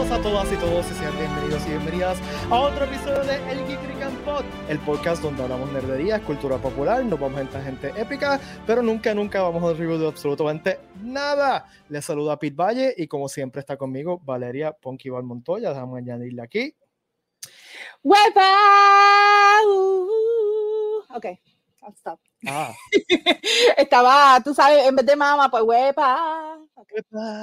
a todas y todos y sean bienvenidos y bienvenidas a otro episodio de El Geek Rican Pod, el podcast donde hablamos nerderías, cultura popular, nos vamos en tangente épica, pero nunca vamos a hacer review de absolutamente nada. Les saluda Pete Valle y como siempre está conmigo Valeria Ponky Val Montoya. Déjame añadirle aquí. ¡Huepa! Ok, I'll stop. Estaba, tú sabes, en vez de mamá, pues huepa. Okay.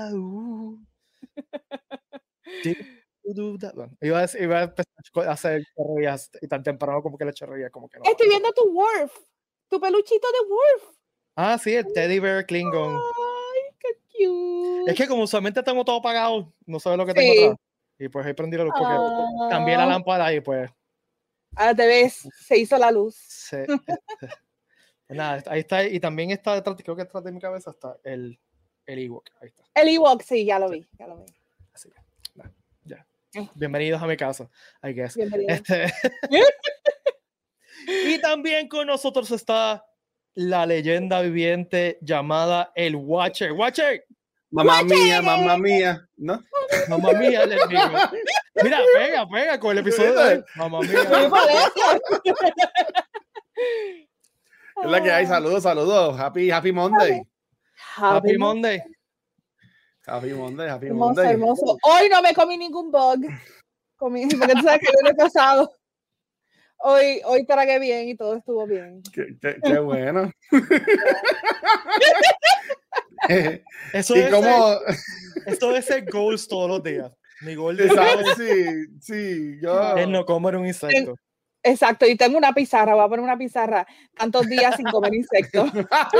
Iba a empezar a hacer chorrillas y tan temprano como que la chorrilla como que no. Estoy viendo tu Worf, tu peluchito de Worf. Ah, sí, el Teddy Bear Klingon. Ay, qué cute. Es que como usualmente tengo todo apagado, no sabes lo que tengo atrás. Y pues ahí prendí la luz porque cambié la lámpara y pues... Ahora te ves, se hizo la luz. Sí. Nada, ahí está. Y también está detrás, creo que detrás de mi cabeza está el Ewok. Ahí está. El Ewok, sí, ya lo vi. Así que, ya. Bienvenidos a mi casa, I guess. Y también con nosotros está la leyenda viviente llamada el Watcher. ¡Watcher! Mamá mía, ¿no? Mamá mía, les digo. Mira, pega con el episodio de hoy. Mamá mía. Es la que hay. Saludos. Happy Monday. Happy Monday. Hermoso. Hoy no me comí ningún bug. Porque tú sabes que el lunes pasado. Hoy tragué bien y todo estuvo bien. Qué bueno. Eso es el goals todos los días. Mi goal de sí, yo es no comer un insecto. Exacto, y tengo una pizarra, voy a poner una pizarra tantos días sin comer insectos.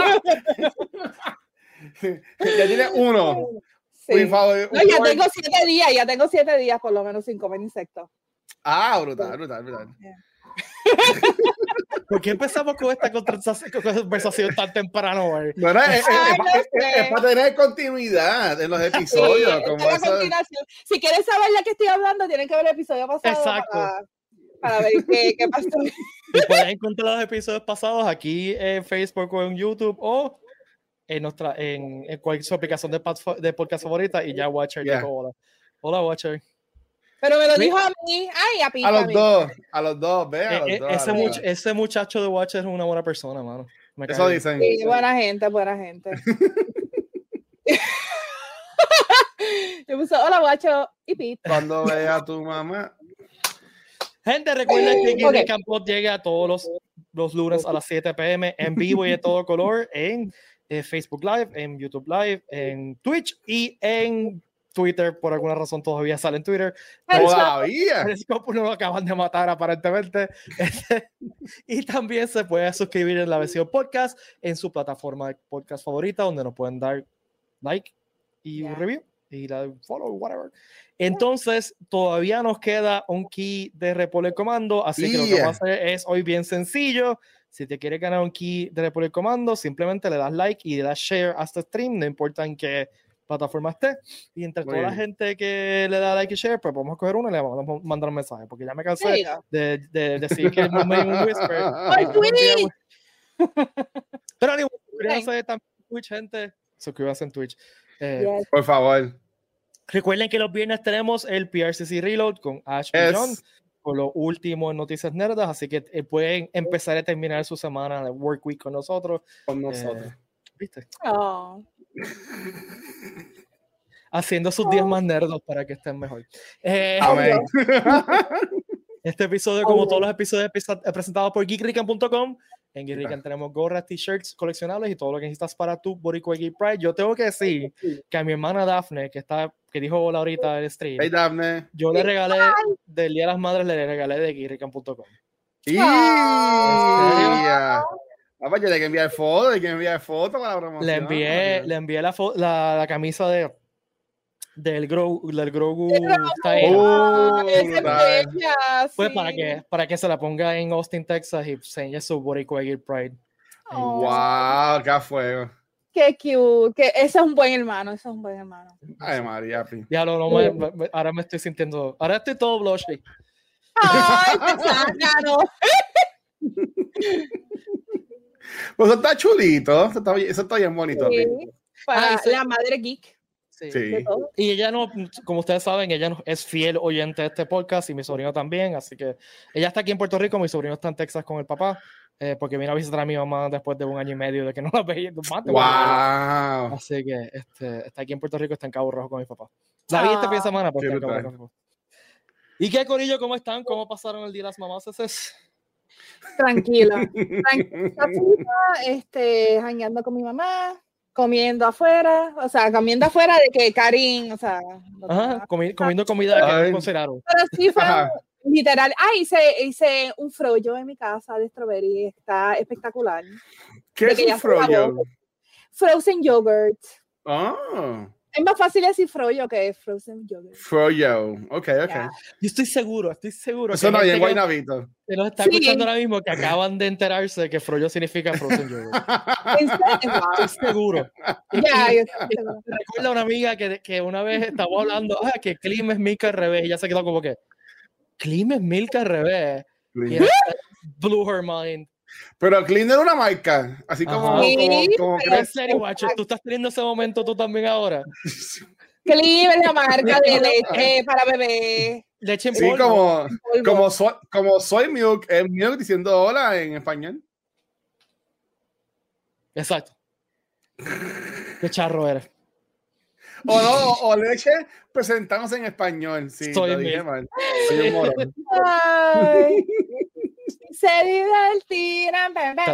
Ya tienes uno. Sí. No, ya tengo 7 días por lo menos sin comer insectos. Ah, brutal. Yeah. ¿Por qué empezamos con esta conversación tan temprano, güey? Bueno, es para tener continuidad en los episodios. Sí, si quieres saber de qué estoy hablando, tienen que ver el episodio pasado. Exacto. Para ver qué pasó. Y pueden encontrar los episodios pasados aquí en Facebook o en YouTube o en cualquier aplicación de podcast favorita y ya Watcher dijo hola Watcher. Pero me lo dijo a mí. Ay, a Pita. A los dos, ve. Ese muchacho de Watcher es una buena persona, mano. Eso dicen. Sí, buena gente. Yo puse hola Watcher y Pete. Cuando vea a tu mamá. Gente, recuerden que Geek Rican Pod llega todos los lunes a las 7 p.m. en vivo y de todo color en Facebook Live, en YouTube Live, en Twitch y en Twitter. Por alguna razón todavía sale en Twitter. Todavía. Periscope no lo acaban de matar aparentemente. Y también se puede suscribir en la versión podcast en su plataforma de podcast favorita, donde nos pueden dar like y un review y follow, whatever. Entonces, todavía nos queda un key de Republic Commando, así que lo que vamos a hacer es hoy bien sencillo. Si te quieres ganar un key de Republic Commando, simplemente le das like y le das share a este stream, no importa en qué plataforma esté. Y entre toda la gente que le da like y share, pues podemos coger uno y le vamos a mandar un mensaje, porque ya me cansé de decir que no me un whisper. Pero suscríbanse también en Twitch, gente. Suscríbanse en Twitch. Por favor. Recuerden que los viernes tenemos el PRCC Reload con Ash y John, con lo último en Noticias Nerdas, así que pueden empezar a terminar su semana de Work Week con nosotros. ¿Viste? Oh. Haciendo sus días más nerdos para que estén mejor. Amén. Este episodio, como todos los episodios, es presentado por geekrican.com. En Geek Rican tenemos gorras, t-shirts coleccionables y todo lo que necesitas para tu Boricua Geek Pride. Yo tengo que decir que a mi hermana Daphne, que dijo hola ahorita en el stream, hey, Daphne. yo le regalé, del Día de las Madres, le regalé de geekrican.com. Yo le que enviar fotos para la promoción. Le envié la camisa del Grogu pues para que se la ponga en Austin, Texas y enseñe su Boricua Geek Pride. Wow, qué fuego. Qué cute, ese es un buen hermano, Ay, María. Ya ahora me estoy sintiendo, ahora estoy todo blushy. Ay, claro. Pues eso está chulito, eso está bien bonito. Sí, para la madre geek. Sí. Sí. Y ella no, como ustedes saben, ella no, es fiel oyente de este podcast y mi sobrino también, así que ella está aquí en Puerto Rico, mi sobrino está en Texas con el papá, porque vino a visitar a mi mamá después de 1 año y medio de que no la veía, más de 1 año y medio. Wow. Así que está aquí en Puerto Rico, está en Cabo Rojo con mi papá. La vi este fin de semana, pero Qué está en Cabo brutal. Rojo. ¿Y qué, corillo? ¿Cómo están? ¿Cómo pasaron el día de las mamás? Tranquila. Jangueando con mi mamá, comiendo afuera, o sea, comiendo afuera de que Karin, o sea. Ajá, comiendo comida que no consideraron. Pero sí fue literal. Hice un frollo en mi casa de strawberry, está espectacular. ¿Qué es un frollo? Frozen yogurt. Oh. Es más fácil decir frollo que frozen yogurt. Frollo. Ok. Yeah. Yo estoy seguro. Eso no hay en Guaynabito. Que nos está escuchando ahora mismo que acaban de enterarse de que frollo significa frozen yogurt. Estoy seguro. Recuerdo a una amiga que una vez estábamos hablando, que Klim es Milka al revés, y ya se quedó como que, Klim es Milka al revés. Y blew her mind. Pero Clean era una marca, así como en serio, guacho, tú estás teniendo ese momento tú también ahora. Clean es la marca de leche para bebé. Leche en polvo. Sí, como soy milk, es milk diciendo hola en español. Exacto. Qué charro eres. O no, o leche presentamos en español. Sí, soy lo dije mal. Soy un morón. Se divertirán.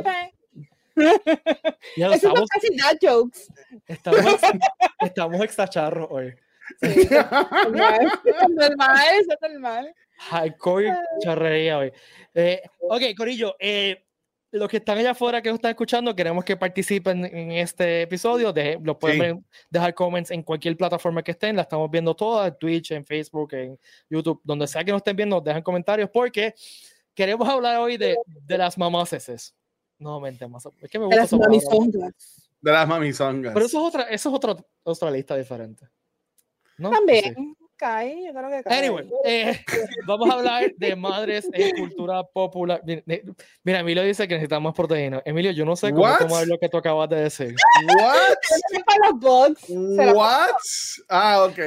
Ya eso no casi dad jokes. Estamos extra charros hoy. Sí, es normal. Hardcore charrería hoy. Ok, corillo, los que están allá afuera que nos están escuchando, queremos que participen en este episodio. Lo pueden dejar comments en cualquier plataforma que estén. La estamos viendo todas, en Twitch, en Facebook, en YouTube, donde sea que nos estén viendo, dejan comentarios porque queremos hablar hoy de las mamaceses. Nuevamente, más. Es que me gusta de las mamizongas. De las mamizongas. Pero eso es otra lista diferente. ¿No? También. Sí. Cae, yo creo que cae. Anyway, vamos a hablar de madres en cultura popular. Mira, Emilio dice que necesitamos proteína. Emilio, yo no sé cómo tomar lo que tú acabas de decir. What? Para los bots. What? Ok.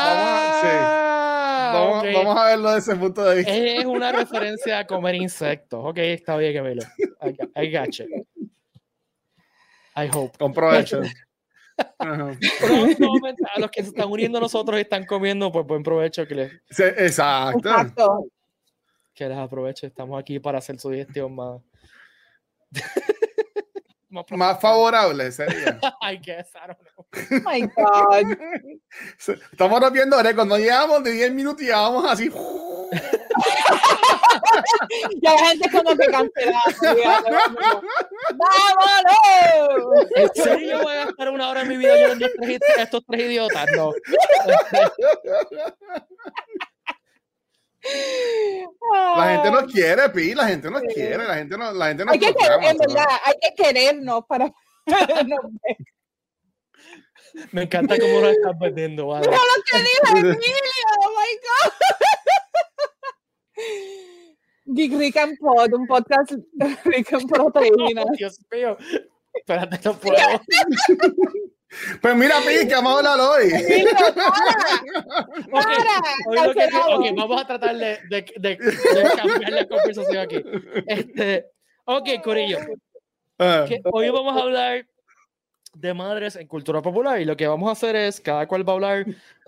Vamos a verlo desde ese punto de vista. Es una referencia a comer insectos. Ok, está bien, Emilio. I got you. I hope. Con provecho. A los que se están uniendo a nosotros y están comiendo, pues buen provecho que les. Sí, exacto. Que les aproveche. Estamos aquí para hacer su digestión más favorable sería. I guess, I don't know. Oh my God. Estamos rompiendo cuando llegamos de 10 minutos y ya vamos así. Ya la gente es como que cancelada. ¡Vámonos! ¿En serio voy a gastar 1 hora en mi vida viendo estos 3 idiotas? No. La gente no quiere, Pi, la gente no quiere, la gente no hay que querer, en verdad, hay que querernos para me encanta cómo lo estás vendiendo, vale. Mira lo que dijo Emilio, oh my God. Geek Rick and Pod, un podcast rico en proteínas. Oh, Dios mío, espérate, no puedo. Pues mira, Pi, que vamos a hablar hoy. Okay, vamos a tratar de cambiar la conversación aquí. Ok, corillo. Hoy vamos a hablar de madres en cultura popular y lo que vamos a hacer es, cada cual va a hablar,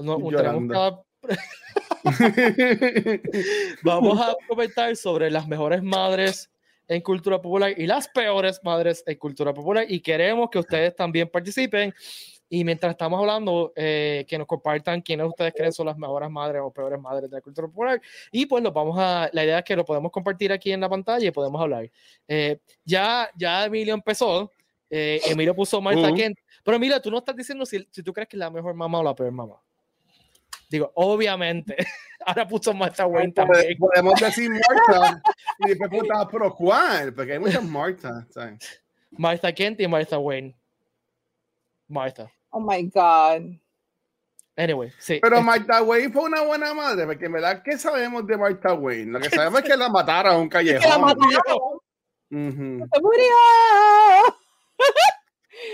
vamos a comentar sobre las mejores madres en cultura popular y las peores madres en cultura popular y queremos que ustedes también participen y mientras estamos hablando que nos compartan quiénes ustedes creen son las mejores madres o peores madres de la cultura popular y pues la idea es que lo podemos compartir aquí en la pantalla y podemos hablar. Ya Emilio empezó. Emilio puso Martha Kent, pero Emilio, tú no estás diciendo si tú crees que es la mejor mamá o la peor mamá. Digo, obviamente. Ahora puso Martha Wayne también. Podemos decir Martha y después preguntar, pero ¿cuál? Porque hay muchas Martha. ¿Sabes? Martha Kent y Martha Wayne. Martha. Oh my God. Anyway, sí. Pero Martha Wayne fue una buena madre, porque en verdad, ¿qué sabemos de Martha Wayne? Lo que sabemos es que la mataron a un callejón. ¡Se murió!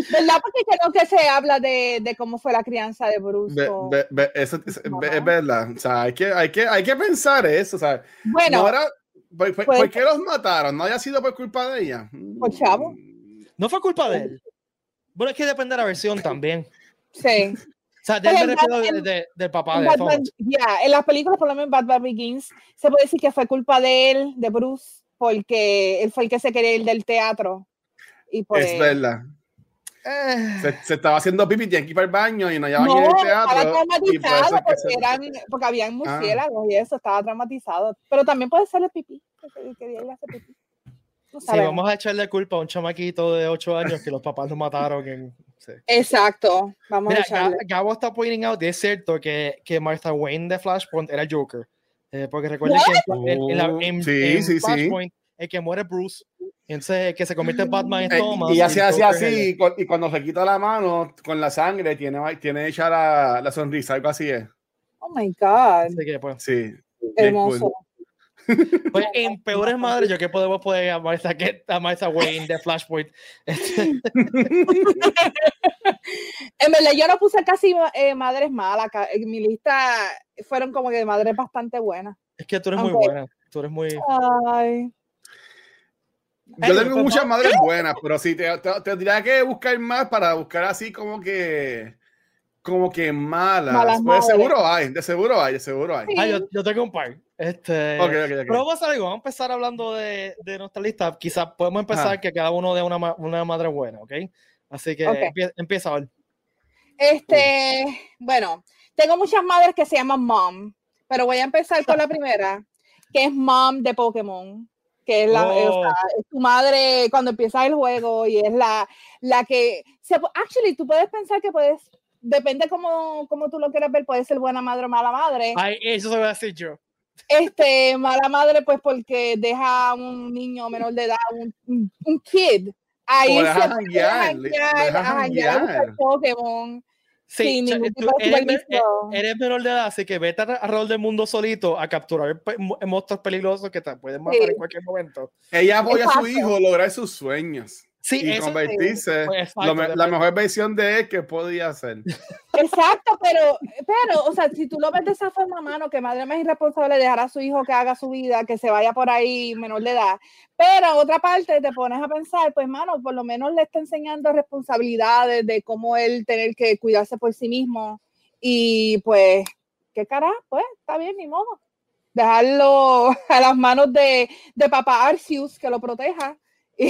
¿Verdad? Porque creo que se habla de cómo fue la crianza de Bruce. Eso es verdad. O sea, hay que pensar eso. O sea, bueno, no era, ¿por qué los mataron? ¿No haya sido por culpa de ella? Por chavo. No fue culpa de él. Bueno, es que depende de la versión también. Sí. O sea, de él me refiero del papá de Thomas. En las películas, por lo menos Batman Begins, se puede decir que fue culpa de él, de Bruce, porque él fue el que se quería ir del teatro. Y pues, es verdad. Se estaba haciendo pipi, tiene que ir para el baño y no llevaban en el teatro. Estaba traumatizado porque habían murciélagos y eso, estaba traumatizado. Pero también puede ser el pipí, que quería ir a hacer pipí. No sí, vamos a echarle culpa a un chamaquito de 8 años que los papás lo mataron. Sí. Exacto. Vamos a echarle. Gabo está pointing out, es cierto que Martha Wayne de Flashpoint era Joker. Porque recuerden que en Flashpoint el que muere Bruce, entonces que se convierte en Batman es Thomas. Y se hace así, y cuando se quita la mano con la sangre, tiene hecha la sonrisa, algo así es. Oh my God. Así que, pues, sí. Hermoso. Cool. Pues en Peores Madres, yo que podemos poner a Martha Wayne de Flashpoint. En verdad, yo no puse casi madres malas. En mi lista fueron como que madres bastante buenas. Es que tú eres muy buena. Tú eres muy. Ay. Yo tengo muchas madres buenas, pero sí, te tendría que buscar más para buscar así como que malas. Pues de seguro hay. Sí. Yo tengo un par. Okay. Pero vamos a hacer algo, vamos a empezar hablando de nuestra lista. Quizás podemos empezar que cada uno dé una madre buena, ¿ok? Así que empieza a ver. Bueno, tengo muchas madres que se llaman Mom, pero voy a empezar con la primera, que es Mom de Pokémon, que es es tu madre cuando empieza el juego y es la que actually tú puedes pensar que depende cómo tú lo quieras ver, puede ser buena madre o mala madre. Ay, eso se va a decir yo. Mala madre, pues porque deja a un niño menor de edad, un kid, ahí se puede janguear a buscar Pokémon. Sí, eres menor de edad, así que vete a rol del mundo solito a capturar monstruos peligrosos que te pueden matar en cualquier momento. Ella apoya a su hijo a lograr sus sueños. Sí, y convertirse la mejor versión de él que podía ser. Exacto, pero, o sea, si tú lo ves de esa forma, mano, que madre más irresponsable dejar a su hijo que haga su vida, que se vaya por ahí menor de edad. Pero otra parte te pones a pensar, pues, mano, por lo menos le está enseñando responsabilidades de cómo él tener que cuidarse por sí mismo. Y pues, ¿qué carajo? Pues, está bien, ni modo. Dejarlo a las manos de papá Arceus, que lo proteja.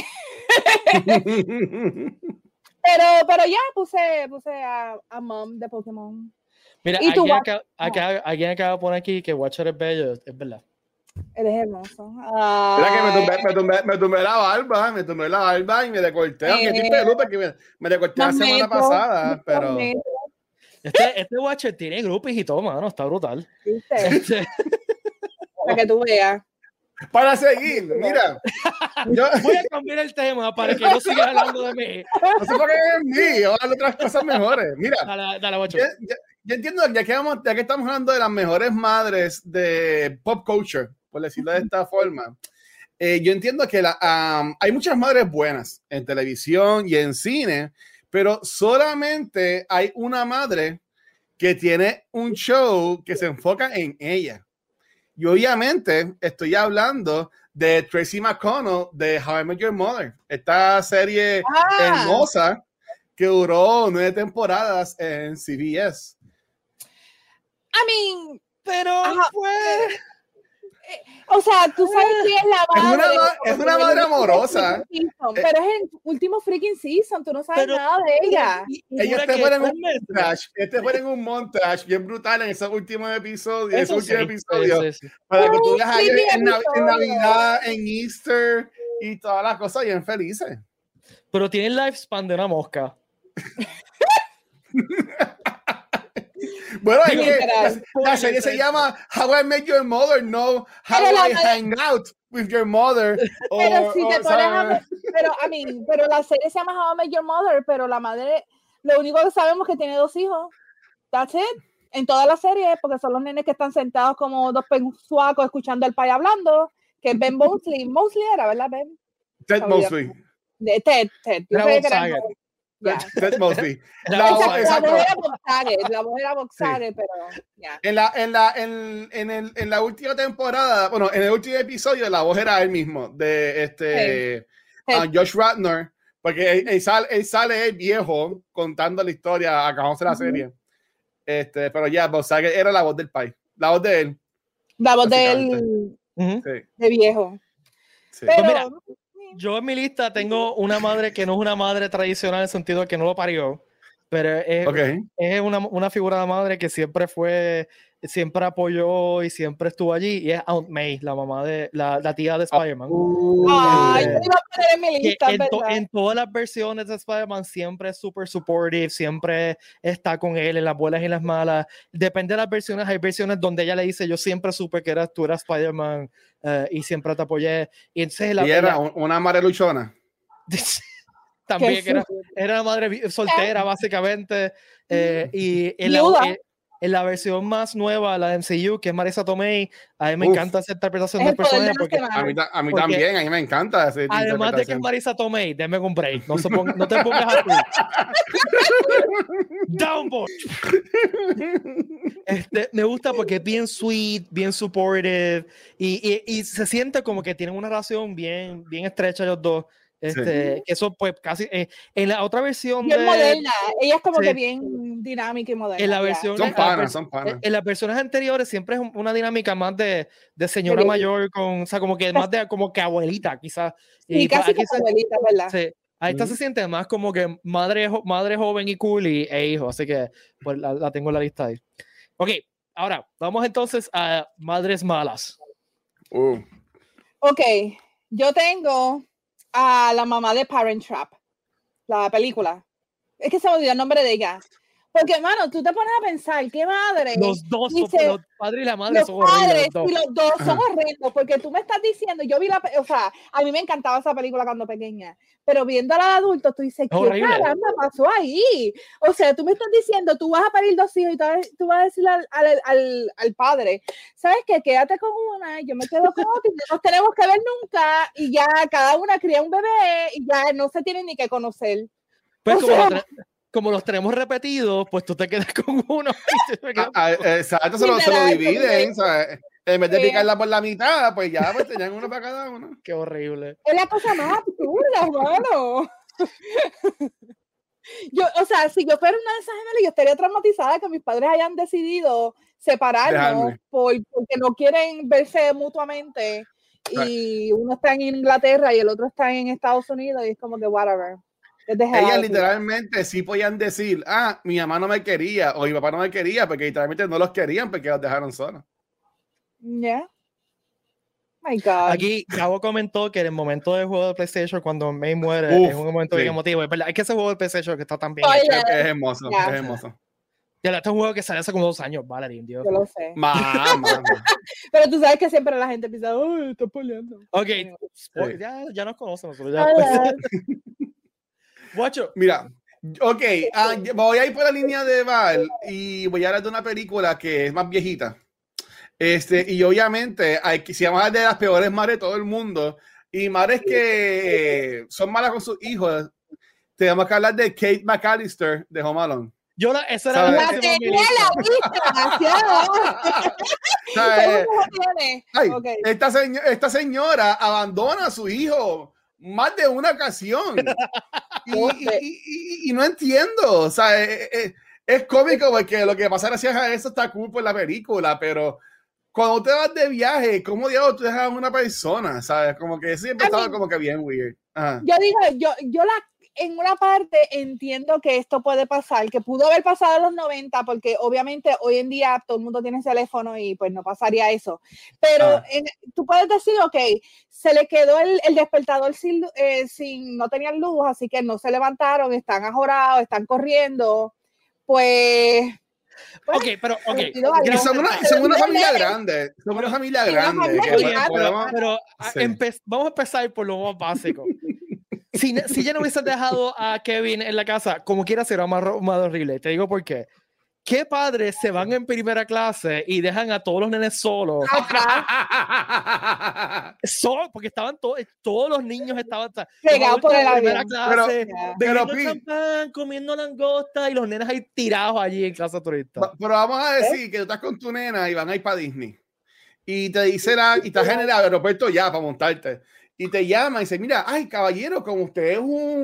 pero ya puse a Mom de Pokémon. Mira, alguien acaba de poner aquí que Watcher es bello, es verdad. Él es hermoso. Mira que me tumbé la barba y me decorté, aunque estoy peludo, que me decorté la semana pasada, pero este Watcher tiene groupies y todo, mano, está brutal. Para que tú veas. Para seguir, mira. Voy a cambiar el tema para que no sigas hablando de mí. No sé por qué es mí, voy a hablar de otras cosas mejores. Mira, dale, yo entiendo, ya que estamos hablando de las mejores madres de pop culture, por decirlo de esta forma, yo entiendo que hay muchas madres buenas en televisión y en cine, pero solamente hay una madre que tiene un show que se enfoca en ella. Y obviamente estoy hablando de Tracy McConnell de How I Met Your Mother. Esta serie hermosa que duró 9 temporadas en CBS. Pero fue... O sea, tú sabes que es la madre. Es una madre amorosa. Pero es el último freaking season. Tú no sabes nada de ella. Ellos te ponen un montage bien brutal en esos últimos episodios. Sí. Para que tú veas a ellos en Navidad, en Easter y todas las cosas bien felices. Pero tienen lifespan de una mosca. Bueno, es que la serie se llama How I Met Your Mother, no How I Hang Out with Your Mother. Pero si te pones pero la serie se llama How I Met Your Mother, pero la madre, lo único que sabemos es que tiene 2 hijos. That's it. En toda la serie, porque son los nenes que están sentados como 2 pensuacos escuchando al pai hablando, que es Ben Mosley. Mosley era, ¿verdad, Ben? Ted Mosley. Ted. Yo sé que era Ya. Ted Mosby. La voz La voz era Boxare, pero ya. En la última temporada, bueno, en el último episodio, la voz era él mismo, de Josh Radnor, porque él sale viejo contando la historia, acabamos de la serie. Pero ya, Boxare era la voz del país, la voz de él. La voz de él, de viejo. Sí. Pero, Pues mira, yo en mi lista tengo una madre que no es una madre tradicional en el sentido de que no lo parió, pero es una figura de madre que siempre apoyó y siempre estuvo allí, y es Aunt May, la mamá de la tía de Spider-Man. Ay, yo iba a poner en mi lista, en todas las versiones de Spider-Man siempre es súper supportive, siempre está con él en las buenas y en las malas. Depende de las versiones, hay versiones donde ella le dice, yo siempre supe que tú eras Spider-Man y siempre te apoyé. Y entonces era una madre luchona. También que era una madre soltera, básicamente. Y en la versión más nueva, la de MCU, que es Marisa Tomei, a mí me encanta esa interpretación del personaje. Porque, a mí también, a mí me encanta. Además de que es Marisa Tomei, déme un break. No te pongas así. Downboard. Me gusta porque es bien sweet, bien supportive y se siente como que tienen una relación bien estrecha los dos. Que eso pues casi en la otra versión bien moderna, ella es como que bien dinámica y moderna. En la versión, son panas. En las versiones anteriores siempre es una dinámica más de señora mayor o sea, como que más de como que abuelita quizás. Y casi como abuelita, ¿verdad? Sí. Ahí se siente más como que madre joven y cool e hijo, así que pues la tengo en la lista ahí. Ok, ahora vamos entonces a madres malas. Ok, yo tengo a la mamá de Parent Trap, la película. Es que se me olvidó el nombre de ella. Porque, hermano, tú te pones a pensar, ¿qué madre? Los dos, los padres y la madre son horribles. Y los dos son horrendos, porque tú me estás diciendo, yo vi o sea, a mí me encantaba esa película cuando pequeña, pero viéndola de adulto, tú dices, ¿qué caramba pasó ahí? O sea, tú me estás diciendo, tú vas a parir 2 hijos y tú vas a decirle al padre, ¿sabes qué? Quédate con una, yo me quedo con otra y no nos tenemos que ver nunca, y ya cada una cría un bebé y ya no se tienen ni que conocer. Pues como los tenemos repetidos, pues tú te quedas con uno. Exacto, se lo dividen, ¿sabes? En vez de picarla por la mitad, pues ya pues tenían uno para cada uno. Qué horrible. Es la cosa más absurda, hermano. O sea, si yo fuera una de esas gemelas, yo estaría traumatizada que mis padres hayan decidido separarnos porque no quieren verse mutuamente y uno está en Inglaterra y el otro está en Estados Unidos y es como que whatever. Ellas literalmente sí podían decir, mi mamá no me quería o mi papá no me quería porque literalmente no los querían porque los dejaron solos. Yeah. My God. Aquí Gabo comentó que en el momento del juego de PlayStation cuando May muere es un momento bien emotivo. Es verdad, es que ese juego de PlayStation que está tan bien hecho. Es hermoso, es hermoso. Ya, este es un juego que salió hace como 2 años, Valerie, Dios. Yo lo sé. Mamá. Pero tú sabes que siempre la gente piensa, ¡ay, está peleando! Ok, ya nos conocemos. Guacho. Mira, ok, voy a ir por la línea de Val y voy a hablar de una película que es más viejita. Y obviamente si vamos a hablar de las peores madres de todo el mundo y madres que son malas con sus hijos, tenemos que hablar de Kate McAllister de Home Alone. Esa era la tenía esta señora abandona a su hijo más de una ocasión y no entiendo, o sea, es cómico porque lo que pasa gracias a eso está cool por la película, pero cuando te vas de viaje, ¿cómo diablos tú dejas a una persona? ¿Sabes? Como que siempre estaba como que bien weird. Yo digo, yo en una parte entiendo que esto puede pasar, que pudo haber pasado en los 90, porque obviamente hoy en día todo el mundo tiene teléfono y pues no pasaría eso. Pero tú puedes decir, ok, se le quedó el despertador no tenían luz, así que no se levantaron, están ajorados, están corriendo, pues... Ok, pero son una familia grande. Son una familia grande. Pero vamos a empezar por lo más básico. Si ya no hubiese dejado a Kevin en la casa, como quiera será más horrible. Te digo por qué. ¿Qué padres se van en primera clase y dejan a todos los nenes solos? Porque estaban todos los niños estaban pegados por el primera avión. clase, bebiendo Pi, champán, comiendo langosta y los nenes ahí tirados allí en clase turista. Pero vamos a decir que tú estás con tu nena y van a ir para Disney. Y te dice y estás en el aeropuerto ya para montarte. Y te llama y dice, mira, ay, caballero, como usted es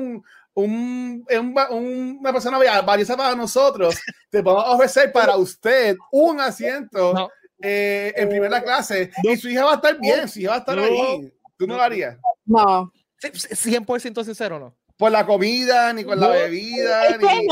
una persona valiosa para nosotros, te vamos a ofrecer para usted un asiento en primera clase y su hija va a estar bien, su hija va a estar ahí. ¿Tú no lo harías? No. 100% sincero, ¿no? Por la comida, ni con la bebida. Es que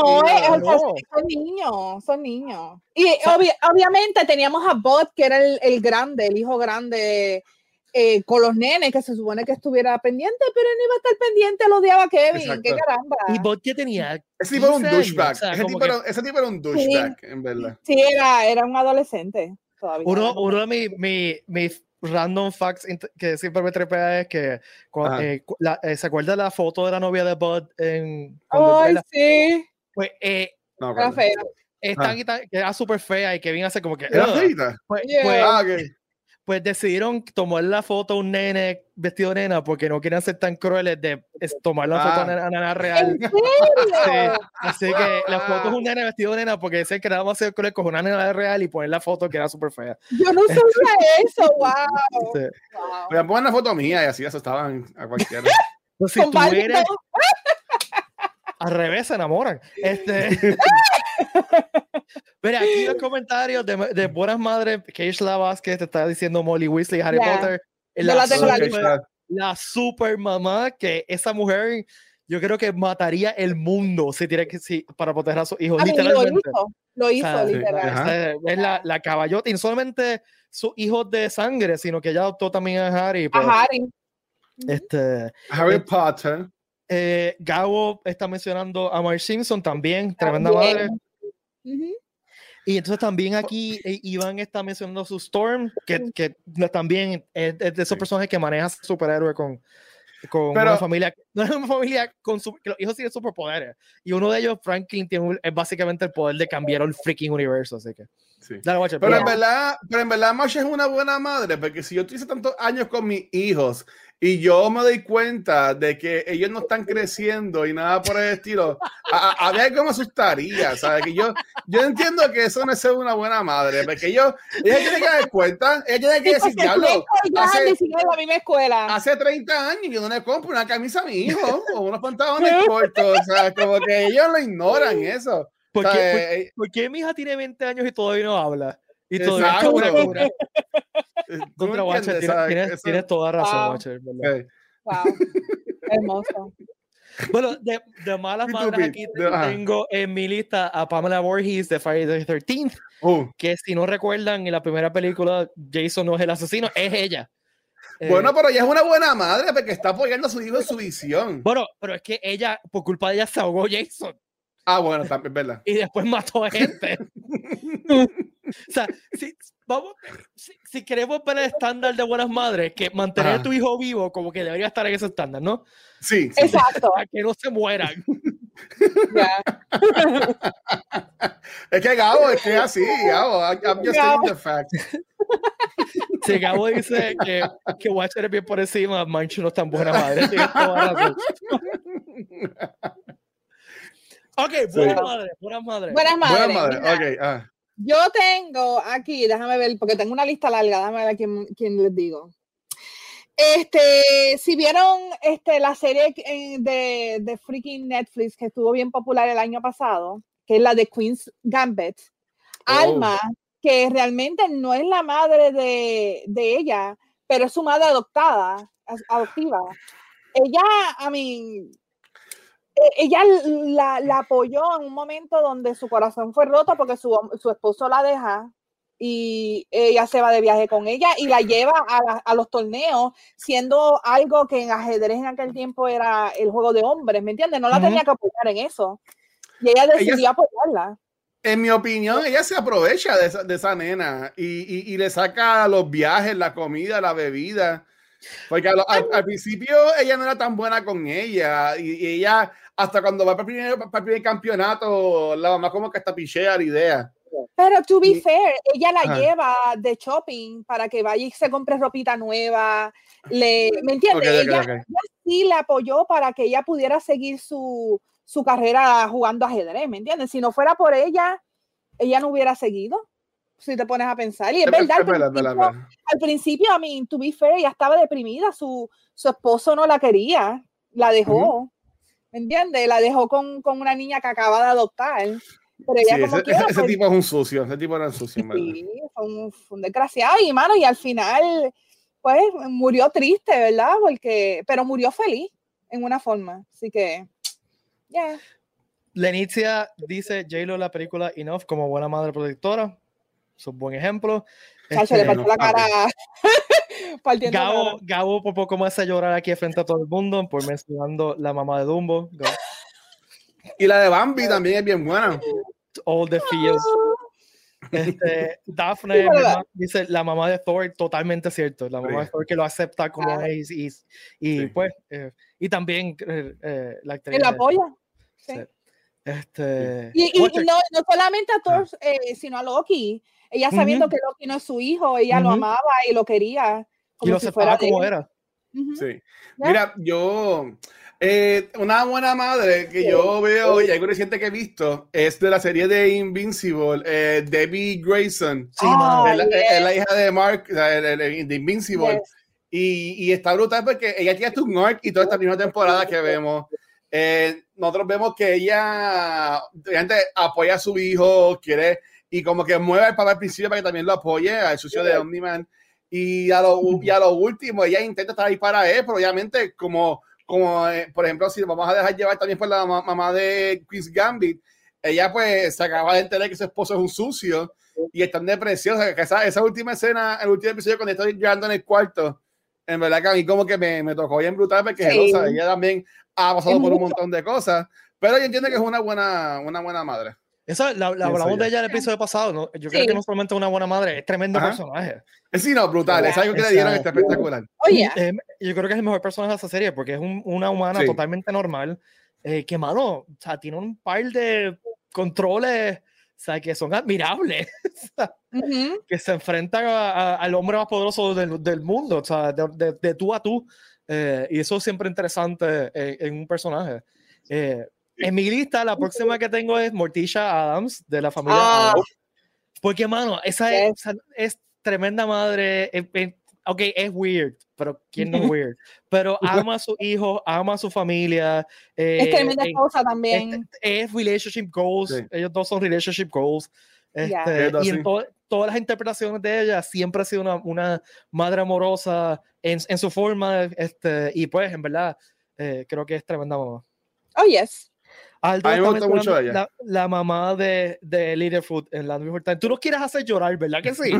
son niños. Y obviamente teníamos a Bud, que era el grande, el hijo grande, con los nenes, que se supone que estuviera pendiente, pero él no iba a estar pendiente, lo odiaba a Kevin. Exacto. ¡Qué caramba! ¿Y Bud qué tenía? Ese tipo era un douchebag. O sea, ese tipo era un douchebag, en verdad. Sí, era un adolescente. Todavía uno de mis random facts que siempre me trepea es que ¿se acuerda la foto de la novia de Bud? ¡Ay, sí! Pues era fea. Que era súper fea y Kevin hace como que... ¿Era feita? Pues decidieron tomar la foto a un nene vestido de nena porque no querían ser tan crueles de tomar la foto a una nena real. ¿En serio? Así que la foto es un nene vestido de nena porque decían que nada más ser cruel con una nena real y poner la foto que era súper fea. Yo no sabía eso, wow. Sí. Wow. Pero pongan una foto mía y así asustaban a cualquiera. Pues si tú eres... Al revés, se enamoran. Mira, aquí los comentarios de buenas madres, Keishla Vázquez te está diciendo Molly Weasley, Harry Potter. La super mamá, que esa mujer, yo creo que mataría el mundo para proteger a sus hijos. Literalmente. Lo hizo, literal. Es la caballota, y no solamente sus hijos de sangre, sino que ella adoptó también a Harry. Pero, a Harry. Harry Potter. Gabo está mencionando a Marge Simpson también, tremenda madre. Y entonces también aquí Iván está mencionando su Storm, que también es de esos personajes que maneja superhéroe con una familia, no es una familia que los hijos tienen superpoderes. Y uno de ellos, Franklin, es básicamente el poder de cambiar el freaking universo, así que... Sí. Dale, Watcher, pero en verdad Marge es una buena madre, porque si yo tuviese tantos años con mis hijos y yo me doy cuenta de que ellos no están creciendo y nada por el estilo, a ver cómo me asustaría, ¿sabes? Que yo entiendo que eso no es ser una buena madre, porque ella tiene que dar cuenta, ella tiene que decir, diablo, hace 30 años yo no le compro una camisa a mi hijo o unos pantalones cortos, o sea, como que ellos lo ignoran eso. ¿Por qué mi hija tiene 20 años y todavía no habla? Y todavía es una cura. Contra Watcher, tienes toda razón, Watcher. Okay. Wow, hermoso. Bueno, de malas madres aquí tengo en mi lista a Pamela Voorhees de Friday the 13th, que si no recuerdan, en la primera película Jason no es el asesino, es ella. Bueno, pero ella es una buena madre porque está apoyando a su hijo en su visión. Bueno, pero es que ella, por culpa de ella, se ahogó Jason. Bueno, también, ¿verdad? Y después mató a gente. O sea, si queremos ver el estándar de buenas madres, que mantener a tu hijo vivo como que debería estar en ese estándar, ¿no? Sí. Exacto. Para que no se mueran. Es que Gabo, es que es así, Gabo. I'm just stating the facts. Si Gabo dice que Watcher es bien por encima, Mancho no es tan buena madre. Ok, buenas madres. Okay, Yo tengo aquí, déjame ver, porque tengo una lista larga, déjame ver quién les digo. Si vieron la serie de freaking Netflix que estuvo bien popular el año pasado, que es la de Queen's Gambit, Alma, que realmente no es la madre de ella, pero es su madre adoptiva. Ella la apoyó en un momento donde su corazón fue roto porque su esposo la deja y ella se va de viaje con ella y la lleva a los torneos, siendo algo que en ajedrez en aquel tiempo era el juego de hombres, ¿me entiendes? No la tenía que apoyar en eso y ella decidió apoyarla. En mi opinión, ella se aprovecha de esa nena y le saca los viajes, la comida, la bebida. Porque al principio ella no era tan buena con ella y ella hasta cuando va para el primer campeonato la mamá como que hasta pichea la idea. Pero to be fair, ella la lleva de shopping para que vaya y se compre ropita nueva. ¿Me entiendes? Ella sí la apoyó para que ella pudiera seguir su carrera jugando ajedrez, ¿me entiendes? Si no fuera por ella no hubiera seguido. Si te pones a pensar. Y es verdad, al principio, I mean, to be fair, ella estaba deprimida. Su esposo no la quería. La dejó. ¿Me entiendes? La dejó con una niña que acaba de adoptar. Pero ella ese tipo es un sucio. Ese tipo era un sucio, sí, fue un desgraciado. Y al final, pues, murió triste, ¿verdad? Pero murió feliz en una forma. Así que, yeah. Lenicia dice J-Lo la película Enough como buena madre protectora. Es un buen ejemplo. Chacho, le partió la cara. Gabo por poco me hace llorar aquí frente a todo el mundo por mencionando la mamá de Dumbo. Y la de Bambi también es bien buena. All the feels. Daphne dice la mamá de Thor, totalmente cierto. La mamá de Thor que lo acepta como es y pues y también la actriz. Que lo apoya. Sí. Y no solamente a Thor, sino a Loki. Ella sabiendo que Loki no es su hijo, ella lo amaba y lo quería. Como y lo aceptaba como era. Sí. Mira, una buena madre que yo veo y algo reciente que he visto es de la serie de Invincible, Debbie Grayson. Sí, es la hija de Mark, de Invincible. Yes. Y está brutal porque ella tiene un arc y toda esta primera temporada que vemos. Nosotros vemos que ella apoya a su hijo, quiere y como que mueve al papá al principio para que también lo apoye, al sucio de Omni-Man. Y a lo último, ella intenta estar ahí para él, pero obviamente como por ejemplo, si vamos a dejar llevar también por la mamá de Chris Gambit, ella pues se acaba de enterar que su esposo es un sucio y está en depresión. O sea, que esa última escena, el último episodio cuando estoy llorando en el cuarto, en verdad que a mí como que me tocó bien brutal porque ella también ha pasado por un montón de cosas, pero ella entiende que es una buena madre. Eso hablamos de ella en el episodio pasado, ¿no? Yo creo que no solamente una buena madre, es tremendo personaje. Sí, no, brutal, es algo que le dieron espectacular. Oye, yo creo que es el mejor personaje de esa serie porque es una humana totalmente normal, que mano, o sea, tiene un par de controles, o sea, que son admirables, que se enfrentan al hombre más poderoso del mundo, o sea, de tú a tú, y eso es siempre interesante en un personaje. En mi lista, la próxima que tengo es Morticia Adams, de la familia Adams. Porque, mano, esa es tremenda madre. Ok, es weird, pero ¿quién no es weird? Pero ama a su hijo, ama a su familia. Es tremenda esposa también. Es relationship goals. Sí. Ellos dos son relationship goals. Y en todas las interpretaciones de ella siempre ha sido una madre amorosa en su forma. Y pues, en verdad, creo que es tremenda mamá. Oh, yes. Aldo, a mí me gusta mucho ella. La mamá de Littlefoot en la New York. Tú lo quieres hacer llorar, ¿verdad que sí?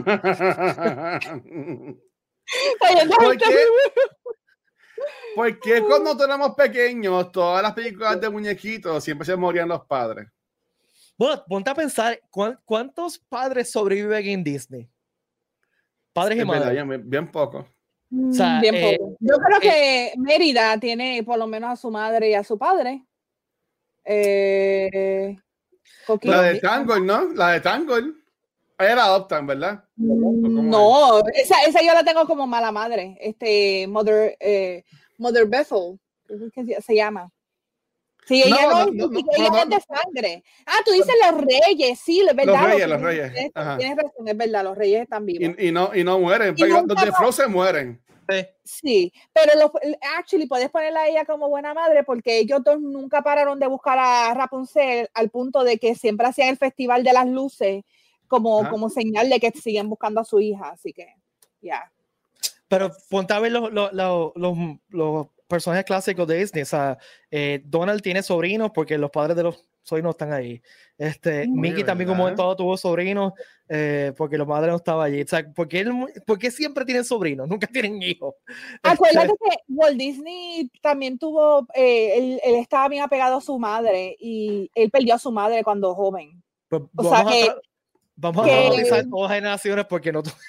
¿Por qué cuando éramos pequeños, todas las películas de muñequitos siempre se morían los padres? Bueno, ponte a pensar, ¿cuántos padres sobreviven en Disney? Padres y madres. Bien poco. O sea, bien poco. Yo creo que Mérida tiene por lo menos a su madre y a su padre. La de Tangle, ¿no? La de Tangle. Ella la adoptan, ¿verdad? No, esa yo la tengo como mala madre. Mother Bethel, ¿qué se llama? Sí, ella ella es de sangre. Tú dices los reyes, sí, es verdad. Los reyes. Tienes razón, es verdad, los reyes están vivos. Y no mueren, pero los de Frozen mueren. Sí, pero actually puedes ponerla a ella como buena madre porque ellos dos nunca pararon de buscar a Rapunzel al punto de que siempre hacían el festival de las luces como señal de que siguen buscando a su hija, así que ya. Pero ponte a ver los personajes clásicos de Disney, o sea, Donald tiene sobrinos porque los padres de los sobrinos están ahí. Mickey también como en todo tuvo sobrinos porque los padres no estaban allí. O sea, ¿por qué siempre tienen sobrinos? Nunca tienen hijos. Acuérdate que Walt Disney también tuvo, él estaba bien apegado a su madre y él perdió a su madre cuando joven. Pues vamos a bautizar todas generaciones porque no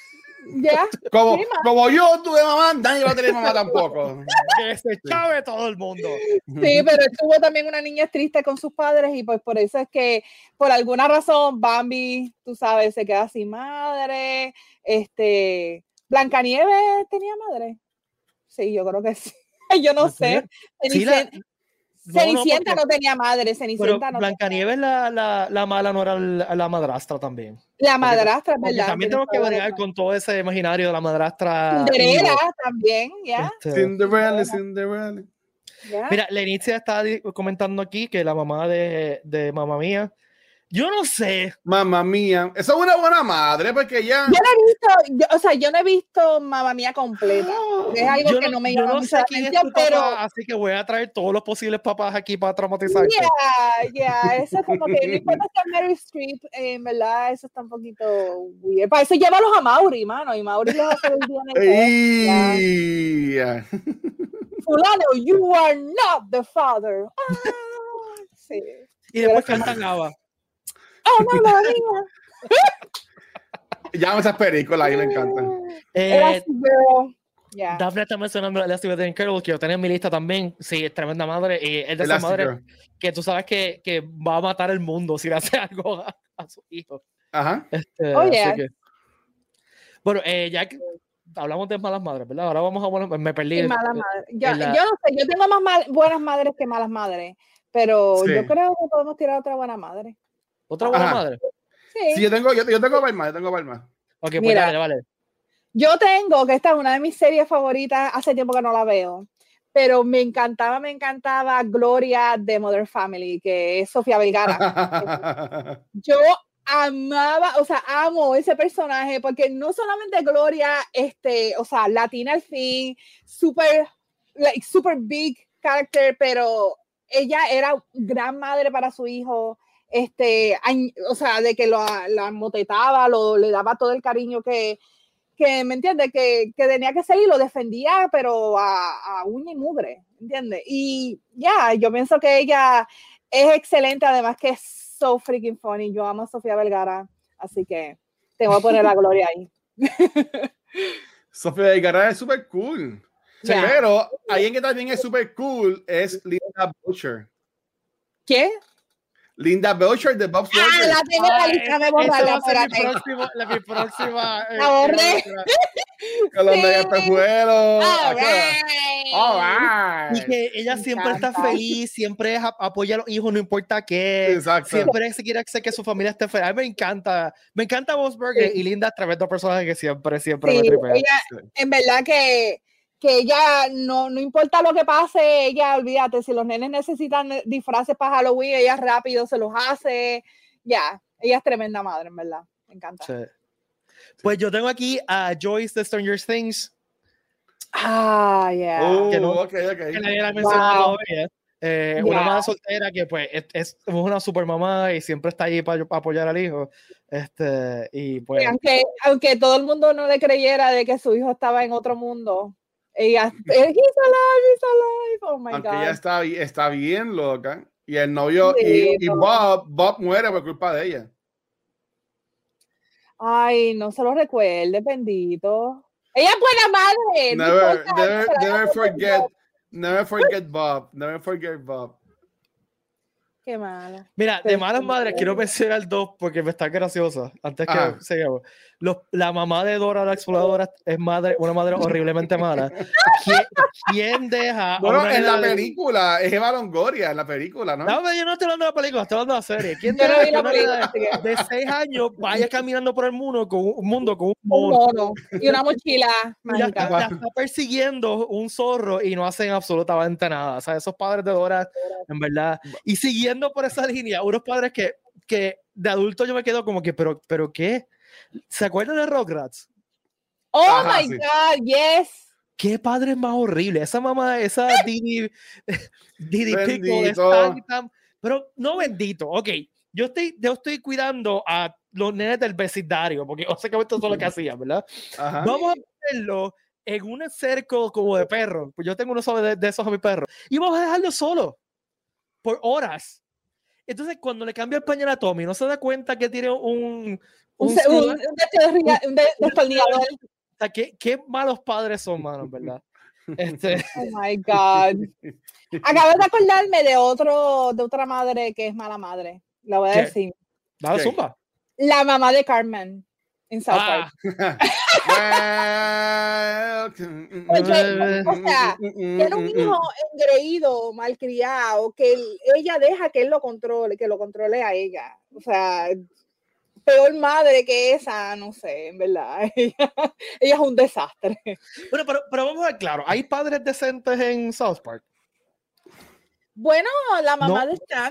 Ya. Como yo tuve mamá, nadie va a tener mamá tampoco. Que se chave todo el mundo. Sí, pero él tuvo también una niña triste con sus padres y pues por eso es que por alguna razón Bambi, tú sabes, se queda sin madre. Blancanieves tenía madre. Sí, yo creo que sí. Yo no sé. Sí, Cenicienta no tenía madre. Cenicienta no Blancanieves la mala no era la madrastra también. La madrastra, porque ¿verdad? También tenemos que bregar con todo ese imaginario de la madrastra. Cinderella también, ¿ya? Cinderella. ¿Ya? Mira, Lenicia está comentando aquí que la mamá de Mamma Mía. Yo no sé. Mamma Mía. Esa es una buena madre porque ya. Yo no he visto Mamma Mía completa. Es algo que no me llama mucho la atención, pero así que voy a traer todos los posibles papás aquí para traumatizarte. Eso es como que no importa si es Meryl Streep, en verdad, eso está un poquito weird. Para eso llévalos a Mauri, mano, y Mauri les hace el día. Fulano, you are not the father. Sí. Y después cantan Ava. Oh, no, la niña. Ya esas películas, a mí me encantan. Daphne está mencionando a Elastic Girl, que yo tenía en mi lista también. Sí, es tremenda madre. Y es de esa madre que tú sabes que va a matar el mundo si le hace algo a su hijo. Ajá. Bueno, ya que hablamos de malas madres, ¿verdad? Ahora vamos a me perdí. Malas madres. Yo no sé, yo tengo más buenas madres que malas madres, pero yo creo que podemos tirar otra buena madre. ¿Otra buena madre? Sí, yo tengo Palma. Ok, pues mira, vale. Yo tengo, que esta es una de mis series favoritas, hace tiempo que no la veo, pero me encantaba Gloria de Modern Family, que es Sofía Vergara. Yo amo ese personaje, porque no solamente Gloria, latina al fin, super big character, pero ella era gran madre para su hijo, de que la motetaba, le daba todo el cariño que me entiende, que tenía que ser y lo defendía, pero a uña y mugre, ¿entiendes? Y yo pienso que ella es excelente, además que es so freaking funny. Yo amo a Sofía Vergara, así que tengo que poner la Gloria ahí. Sofía Vergara es súper cool. Pero alguien que también es súper cool es Linda Belcher. ¿Qué? Linda Belcher de Bob's Burgers. La tengo en la lista, me borrarla. Mi próxima. La borré. Con los megapejuelos. Y que ella siempre está feliz, siempre apoya a los hijos, no importa qué. Exacto. Siempre se quiere hacer que su familia esté feliz. A mí me encanta Bob's Burgers y Linda es tremendo personaje que siempre me tripea. En verdad que ella no importa lo que pase, ella, olvídate, si los nenes necesitan disfraces para Halloween, ella rápido se los hace. Ella es tremenda madre, en verdad. Me encanta. Sí. Pues yo tengo aquí a Joyce de Stranger Things. Que nadie la mencionó todavía. Una madre soltera que pues es una super mamá y siempre está ahí para apoyar al hijo. Y pues aunque todo el mundo no le creyera de que su hijo estaba en otro mundo, ella he's alive, oh my aunque God. ella está bien loca y el novio y Bob muere por culpa de ella. Ay, no se lo recuerde, bendito. Ella es buena madre. Never forget Bob. Never forget Bob. Qué malo. Mira, de malas madres quiero mencionar dos porque me está graciosa. Antes que sigamos. La mamá de Dora la Exploradora es una madre horriblemente mala. ¿Quién deja? Bueno, en la película es Eva Longoria, en la película, ¿no? No, yo no estoy hablando de la película, estoy hablando de la serie. ¿Quién deja que una nena de 6 años vaya caminando por el mundo con un mono y una mochila mágica? La está persiguiendo un zorro y no hacen absolutamente nada. O sea, esos padres de Dora, en verdad. Y siguiendo por esa línea, unos padres que de adulto yo me quedo como que, pero ¿qué? ¿Se acuerdan de Rugrats? Oh my God, yes. Qué padre más horrible. Esa mamá, esa Didi Pickle es tan, pero no bendito. Ok, yo estoy cuidando a los nenes del vecindario, porque básicamente eso es lo que hacían, ¿verdad? Vamos a ponerlo en un cerco como de perros. Pues yo tengo uno de esos a mi perro. Y vamos a dejarlo solo por horas. Entonces, cuando le cambia el pañal a Tommy, no se da cuenta que tiene un destornillador. O sea, qué malos padres son, mano, ¿verdad? Oh my God. Acabo de acordarme de otra madre que es mala madre. La voy a decir. Dale, zumba. La mamá de Carmen en South Park. Porque, o sea, tiene un hijo engreído, malcriado, que ella deja que él lo controle, que lo controle a ella. O sea, peor madre que esa, no sé, en verdad. Ella es un desastre. Bueno, pero vamos a ver claro, ¿hay padres decentes en South Park? Bueno, la mamá de Stan.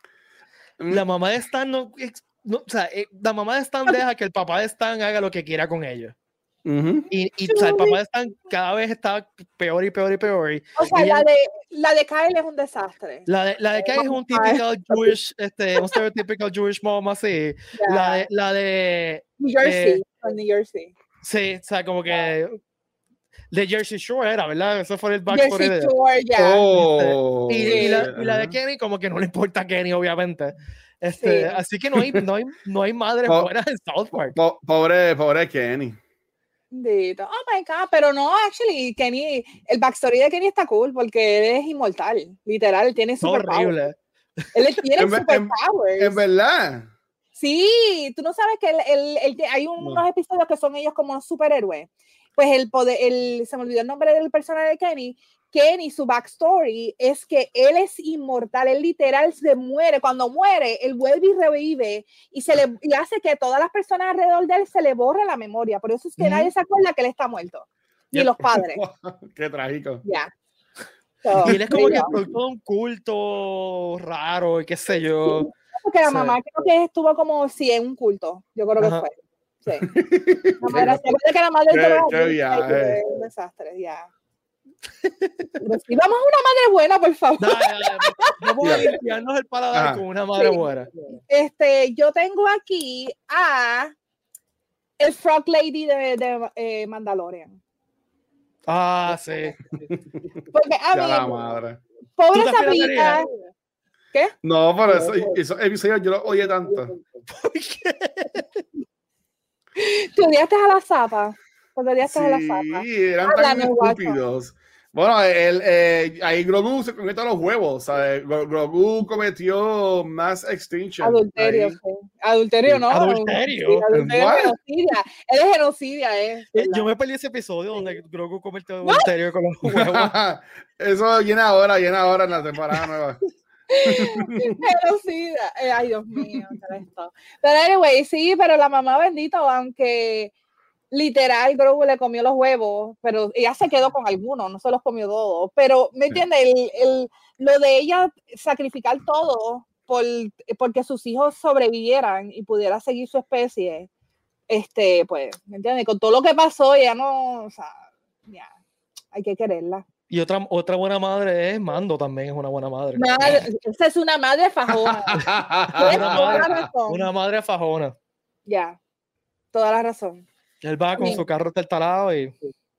La mamá de Stan no, o sea, la mamá de Stan deja que el papá de Stan haga lo que quiera con ella. Y o sea, el papá de Stan cada vez está peor y peor y peor. O sea, la de Kyle es un desastre. La de Kyle es un typical Jewish, un stereotypical Jewish mom así. Yeah. La de New Jersey, New Jersey. Sí, o sea, como que de Jersey Shore era, ¿verdad? Eso fue el backstory Jersey Shore, ya. Oh, y la de Kenny, como que no le importa a Kenny, obviamente. Así que no hay madres buenas en South Park. Pobre Kenny. Oh my God, pero no, actually, Kenny, el backstory de Kenny está cool porque él es inmortal, literal, tiene superpowers. Él tiene superpowers. Es verdad. Sí, tú no sabes que hay unos episodios que son ellos como superhéroes. Pues se me olvidó el nombre del personaje de Kenny. Kenny, su backstory es que él es inmortal, él literal se muere. Cuando muere, él vuelve y revive y hace que todas las personas alrededor de él se le borre la memoria. Por eso es que nadie se acuerda que él está muerto, ni los padres. Qué trágico. Ya. Y él es como que todo un culto raro y qué sé yo. Sí, porque la mamá creo que estuvo como en un culto, yo creo que fue. Sí. La madre qué un desastre, ya. Si vamos a una madre buena, por favor. Vamos a limpiarnos el paladar con una madre buena. Yo tengo aquí a el Frog Lady de Mandalorian. Sí. Porque a mí, la madre. Pobre Sabrina. ¿Qué? No, por eso episodios yo lo oye tanto. ¿Por qué? ¿Tú odiaste a la zapa? ¿Cuándo odiaste a la zapa? Sí, eran tan estúpidos. Bueno, ahí Grogu se cometió los huevos, ¿sabes? Grogu cometió Mass Extinction. Adulterio, sí. Adulterio, ¿no? Adulterio. Sí, genocidia. Él es genocidia, Yo me perdí ese episodio donde Grogu cometió adulterio con los huevos. Eso viene ahora en la temporada nueva. Genocida. Ay, Dios mío. Pero anyway, sí, pero la mamá bendita, aunque literal Grogu le comió los huevos, pero ella se quedó con algunos, no se los comió todos. Pero, ¿me entiendes? Lo de ella sacrificar todo porque sus hijos sobrevivieran y pudiera seguir su especie, pues, ¿me entiendes? Con todo lo que pasó, ella no, o sea, ya, hay que quererla. Y otra buena madre es Mando, también es una buena madre. Esa es una madre fajona. Una madre fajona. Ya, toda la razón. Él va con su carro talado y...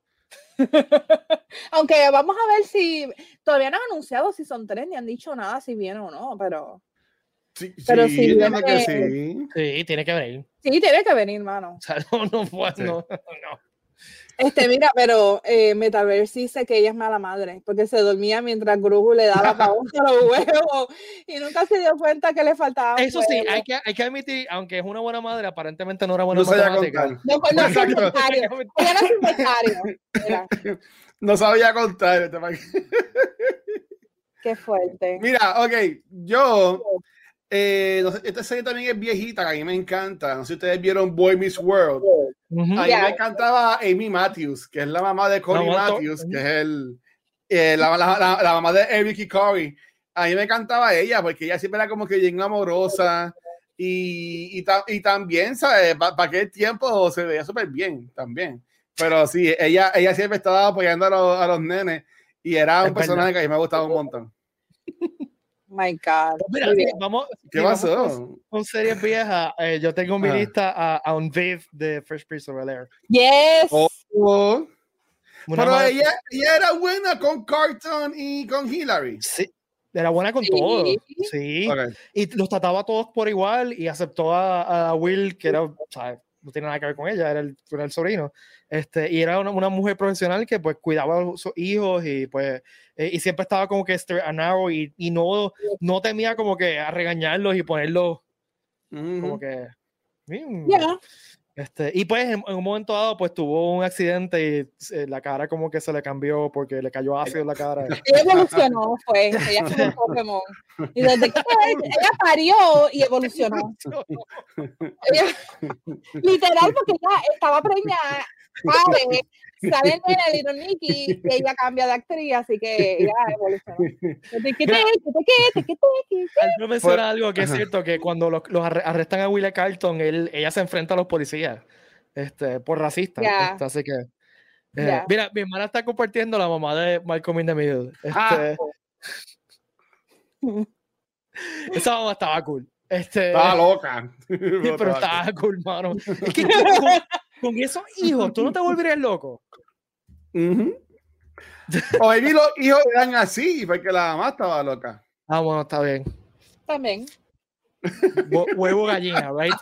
Aunque vamos a ver si... Todavía no han anunciado si son 3, ni han dicho nada si viene o no, pero... Sí, viene, que sí. Sí, tiene que venir. Sí, tiene que venir, mano. O sea, no. Mira, pero Metaverse dice que ella es mala madre, porque se dormía mientras Grogu le daba para los huevos y nunca se dio cuenta que le faltaba. Eso sí, hay que admitir, aunque es una buena madre, aparentemente no era buena matemática. No sabía contar. Qué fuerte. Mira, ok, yo... esta serie también es viejita, que a mí me encanta. No sé si ustedes vieron Boy Meets World. A mí me encantaba Amy Matthews, que es la mamá de Cody Matthews, que es la mamá de Eric y Corey. A mí me encantaba ella, porque ella siempre era como que bien amorosa y también, ¿sabes? Para aquel tiempo se veía súper bien también. Pero sí, ella siempre estaba apoyando a los nenes y era un personaje que a mí me gustaba un montón. My God. Mira, vamos. ¿Qué pasó? Con series viejas, yo tengo mi lista a un Viv de Fresh Prince of Bel-Air. Yes. Pero ella era buena con Carlton y con Hillary. Sí. Era buena con todo. Sí. Okay. Y los trataba a todos por igual y aceptó a Will, que era, o sea, no tiene nada que ver con ella, era el sobrino. Y era una mujer profesional que pues cuidaba a sus hijos y pues y siempre estaba como que straight and narrow y no temía como que a regañarlos y ponerlos como que y pues en un momento dado pues tuvo un accidente y la cara como que se le cambió porque le cayó ácido en la cara. Ella evolucionó, ella fue un Pokémon. Y desde que ella parió y evolucionó. Ella, literal, porque ella estaba preñada, padre, sale en el Little Nicky y ella cambia de actriz, así que ella evolucionó. Algo menciona algo que es cierto, que cuando los arrestan a Willa Carlton, ella se enfrenta a los policías por racista. Así que mira, mi hermana está compartiendo la mamá de Malcolm in the Middle. Esa mamá estaba cool. Estaba loca. Sí, pero estaba cool, mano. Es que con esos hijos, ¿tú no te volverías loco? O maybe los hijos eran así porque la mamá estaba loca. Ah, bueno, está bien. También. Huevo gallina, right?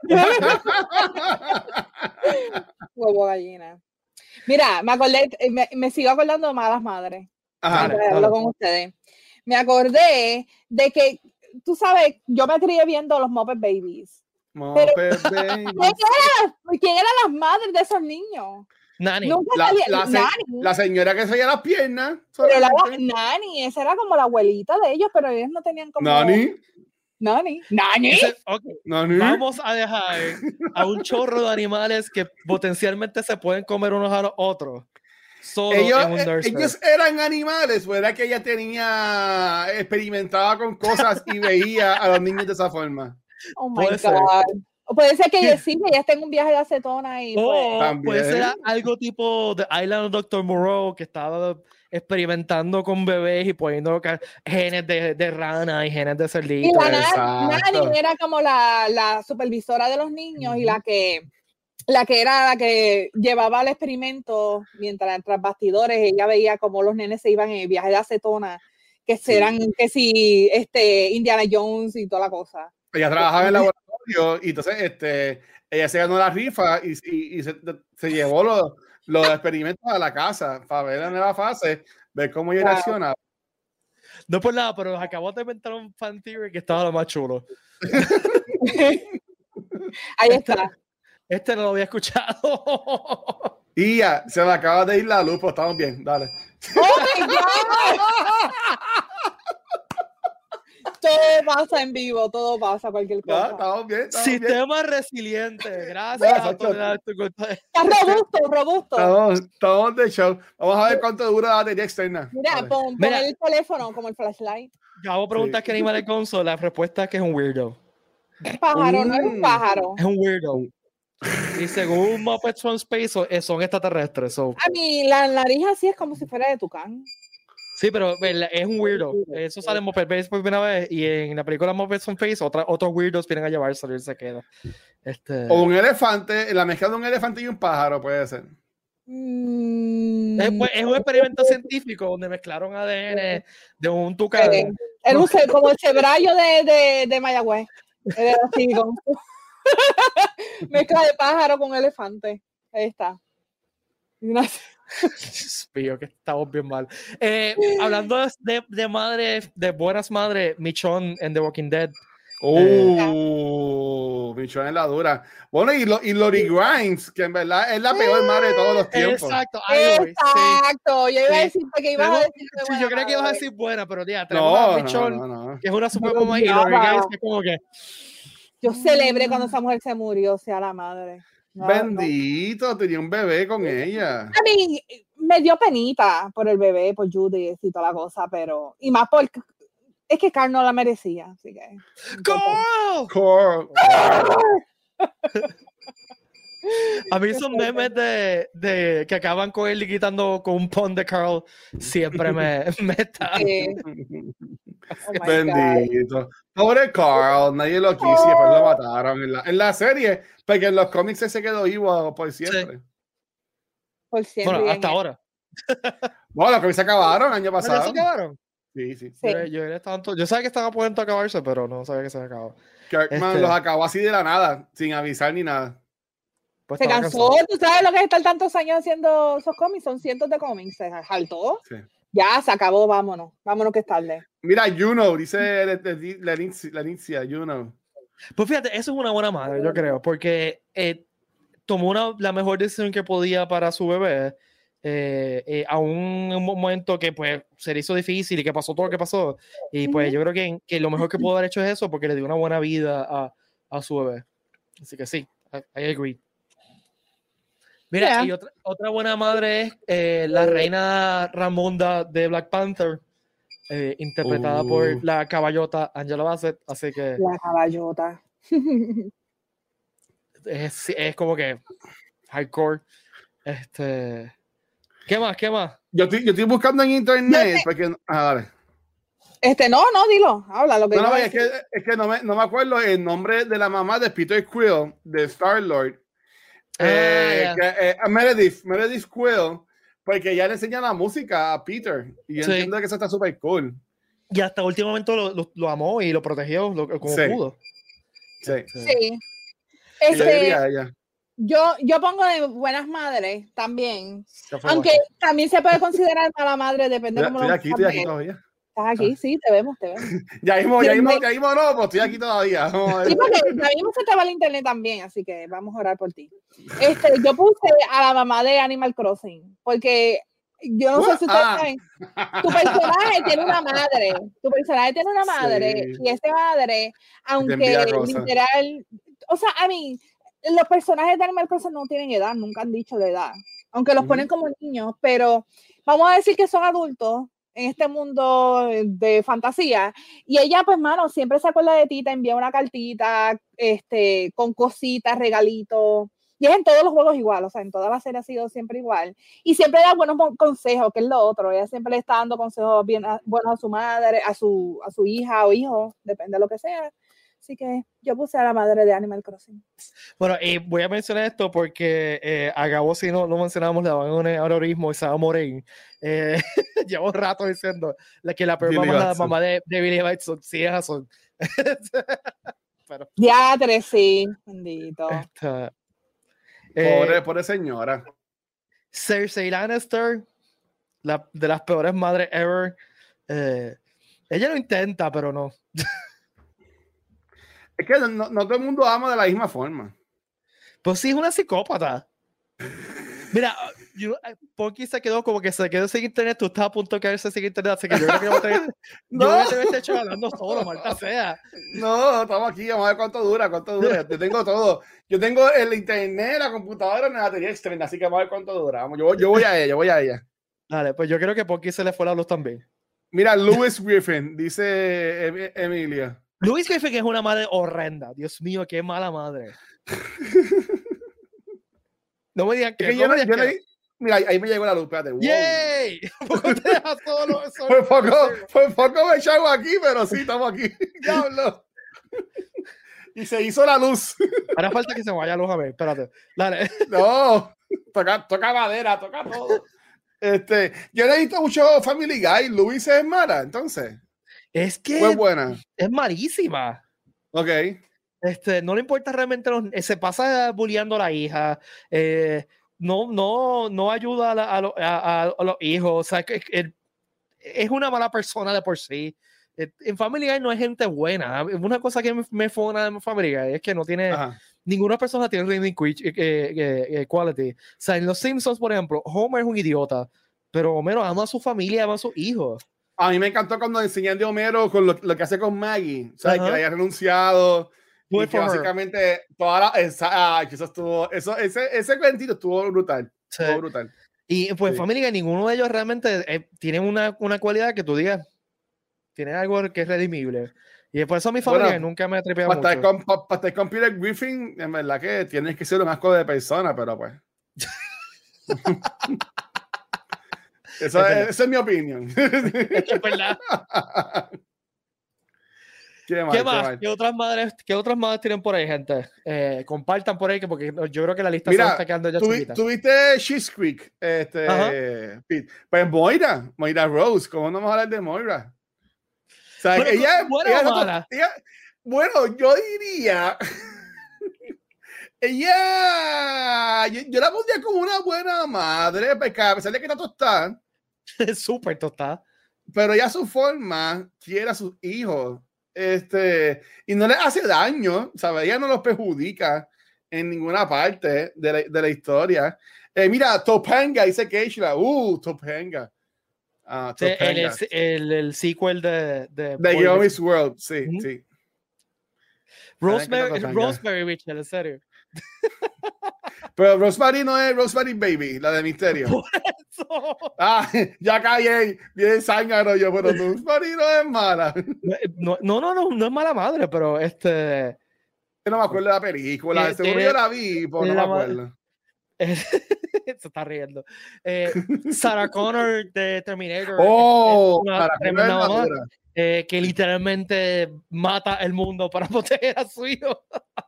Huevo gallina. Mira, me acordé, me sigo acordando de Malas Madres. Hablo con ustedes. Me acordé de que, tú sabes, yo me crié viendo los Muppet Babies. Muppet Babies. ¿Quién eran las madres de esos niños? Nani. La señora que se veía las piernas. Pero Nani, esa era como la abuelita de ellos, pero ellos no tenían como... Nani. Okay. Vamos a dejar a un chorro de animales que potencialmente se pueden comer unos a los otros. Ellos eran animales, o era que ella experimentaba con cosas y veía a los niños de esa forma. Oh my God. O puede ser que ella esté en un viaje de acetona y puede ser algo tipo The Island of Dr. Moreau, que estaba experimentando con bebés y poniendo genes de rana y genes de cerdito. Y Nani era como la supervisora de los niños y la que llevaba el experimento mientras tras bastidores ella veía como los nenes se iban en el viaje de acetona, que serán Indiana Jones y toda la cosa. Ella trabajaba en el laboratorio y entonces ella se ganó la rifa y se llevó los experimentos a la casa para ver la nueva fase, ver cómo ella reaccionaba. No por nada, pero acabó de inventar un fan theory que estaba lo más chulo. Ahí está. No lo había escuchado. Y ya, se me acaba de ir la luz, pues estamos bien, dale. ¡Oh, my God! Todo pasa en vivo, todo pasa, cualquier cosa. Estamos bien. Sistema resiliente, gracias. Está robusto. Estamos de show. Vamos a ver cuánto dura la batería externa. Mira, pon el teléfono como el flashlight. Yo hago preguntas que animales gonzo, la respuesta es que es un weirdo. Un pájaro, no es un pájaro. Es un weirdo. Y según Muppets from Space son extraterrestres. A mí la nariz así es como si fuera de tucán. Sí, pero es un weirdo. Eso sale en Muppet Babies por primera vez y en la película Muppets from Space otros weirdos vienen a llevárselo y se queda. O un elefante, la mezcla de un elefante y un pájaro puede ser. Es un experimento científico donde mezclaron ADN de un tucán. Como el cebrallo de Mayagüez. Así, mezcla de pájaro con elefante. Ahí está. Dios mío, que estamos bien mal. Hablando de madres, de buenas madres, Michonne en The Walking Dead. Michonne es la dura. Bueno, y Lori Grimes, que en verdad es la peor madre de todos los tiempos. Exacto. Yo iba a decir que ibas a decir buena, yo creo que ibas a decir buena, pero tía, Michonne, que es una super mamá, y Lori Grimes que es como que yo celebré cuando esa mujer se murió, o sea, la madre. Bendito, tenía un bebé con ella. A mí me dio penita por el bebé, por Judith y toda la cosa, pero y más porque es que Carl no la merecía, así que Carl. A mí esos memes de que acaban con él y quitando con un pon de Carl siempre me están. Bendito. Pobre Carl, nadie lo quiso y después lo mataron en la serie, porque en los cómics se quedó vivo por siempre. Sí. Por siempre. Bueno, hasta ahora. Bueno, los cómics se acabaron el año pasado. ¿Se acabaron? Sí, sí. Sí. Yo sabía que estaba a punto de acabarse, pero no sabía que se acabó. Kirkman los acabó así de la nada, sin avisar ni nada. Pues Se estaba cansó, cansado. tú sabes lo que es estar tantos años haciendo esos cómics, son cientos de cómics, se saltó. Sí. Ya, se acabó, vámonos que es tarde. Mira, Juno, dice la Lenicia, Juno. Pues fíjate, eso es una buena madre, yo creo, porque tomó la mejor decisión que podía para su bebé, aún en un momento que pues se le hizo difícil y que pasó todo lo que pasó. Y pues yo creo que lo mejor que pudo haber hecho es eso, porque le dio una buena vida a su bebé. Así que sí, I agree. Mira, y otra buena madre es la reina Ramonda de Black Panther, interpretada por la caballota Angela Bassett, así que La caballota. es como que hardcore. ¿Qué más? Yo estoy buscando en internet porque dale. No, dilo, habla lo que No, es que no me acuerdo el nombre de la mamá de Peter Quill, de Star-Lord. Meredith Quill, porque ella le enseña la música a Peter y yo entiendo que eso está súper cool. Y hasta últimamente lo amó y lo protegió como pudo. Sí. Yo pongo de buenas madres también, aunque también se puede considerar mala madre, depende de cómo lo estoy aquí todavía. Estás aquí, sí, te vemos. Ya mismo, no, pues estoy aquí todavía. Sí, porque ya mismo se te va el internet también, así que vamos a orar por ti. Yo puse a la mamá de Animal Crossing, porque yo no sé si ustedes saben, tu personaje tiene una madre, Sí. y esa madre, aunque literal, o sea, a mí, los personajes de Animal Crossing no tienen edad, nunca han dicho de edad, aunque los ponen como niños, pero vamos a decir que son adultos en este mundo de fantasía, y ella, pues, mano, siempre se acuerda de ti, te envía una cartita, con cositas, regalitos, y es en todos los juegos igual, o sea, en toda la serie ha sido siempre igual, y siempre da buenos consejos, que es lo otro, ella siempre le está dando consejos buenos a su madre, a su hija o hijo, depende de lo que sea. Así que yo puse a la madre de Animal Crossing. Bueno, y voy a mencionar esto porque a Gabo, si no mencionamos, le van a un aneurismo y se va a morir. Llevo un rato diciendo que la peor mamá es la mamá de Billy Batson. Sí, es razón. Diatre, sí, bendito. Pobre señora. Cersei Lannister, de las peores madres ever. Ella lo intenta, pero no. Es que no todo el mundo ama de la misma forma. Pues sí, es una psicópata. Mira, Ponky se quedó como que se quedó sin internet. Tú estás a punto de caerse sin internet, así que yo creo que voy a tener este hecho hablando solo, malta sea. No, estamos aquí, vamos a ver cuánto dura. Yo tengo todo. Yo tengo el internet, la computadora, la batería externa, así que vamos a ver cuánto dura. Vamos, yo voy a ella. Dale, pues yo creo que Ponky se le fue la luz también. Mira, Louis Griffin, dice Emilia. Louis Griffin es una madre horrenda. Dios mío, qué mala madre. No me digan que mira, ahí me llegó la luz, espérate. Wow. ¡Yay! Fue poco me echaba aquí, pero sí, estamos aquí. Diablo. Y se hizo la luz. Ahora falta que se vaya la luz a ver, espérate. Dale. No, toca madera, toca todo. Yo le he visto mucho Family Guy. Louis es mala, entonces. Es que fue buena. Es malísima. Ok. No le importa realmente, se pasa bulleando a la hija, no ayuda a los hijos, o sea, es una mala persona de por sí. En Family Guy no es gente buena. Una cosa que me fona en Family Guy es que no tiene, ninguna persona tiene redeeming quality. O sea, en Los Simpsons, por ejemplo, Homer es un idiota, pero Homero ama a su familia, ama a sus hijos. A mí me encantó cuando enseñan de Homero con lo que hace con Maggie, ¿sabes? Que le haya renunciado. Y que básicamente ese cuentito estuvo brutal. Sí. Estuvo brutal. Y pues Family Guy, ninguno de ellos realmente tiene una cualidad que tú digas, tiene algo que es redimible. Y por eso mi familia nunca me ha tripeado mucho. Para estar con Peter Griffin, en verdad que tienes que ser un asco de persona, pero pues. Esa es mi opinión. Es verdad. ¿Qué más? ¿Qué otras madres tienen por ahí, gente? Compartan por ahí, porque yo creo que la lista se está quedando ya chiquita. ¿Tuviste Schitt's Creek? Pete. Pues Moira Rose, ¿cómo no vamos a hablar de Moira? sea, Pero, ella, ¿buena o mala? bueno, yo diría, yo la pondría como una buena madre, porque a pesar de que está tostada, Es súper tostada. pero ella a su forma quiere a sus hijos, y no les hace daño, ¿sabes? Ella no los perjudica en ninguna parte de la historia. Mira, Topanga, dice Keishla, Topanga. Sí, el sequel de Yummy World, sí, sí. Rosemary Mitchell, en serio. Pero Rosemary no es Rosemary Baby, la de Misterio. Por eso. Ya caí, bien zángano yo, pero Rosemary no es mala. No es mala madre, pero Yo no me acuerdo de la película, seguro yo la vi, pero no me acuerdo. Se está riendo. Sarah Connor de Terminator. Una tremenda mamá, que literalmente mata el mundo para proteger a su hijo.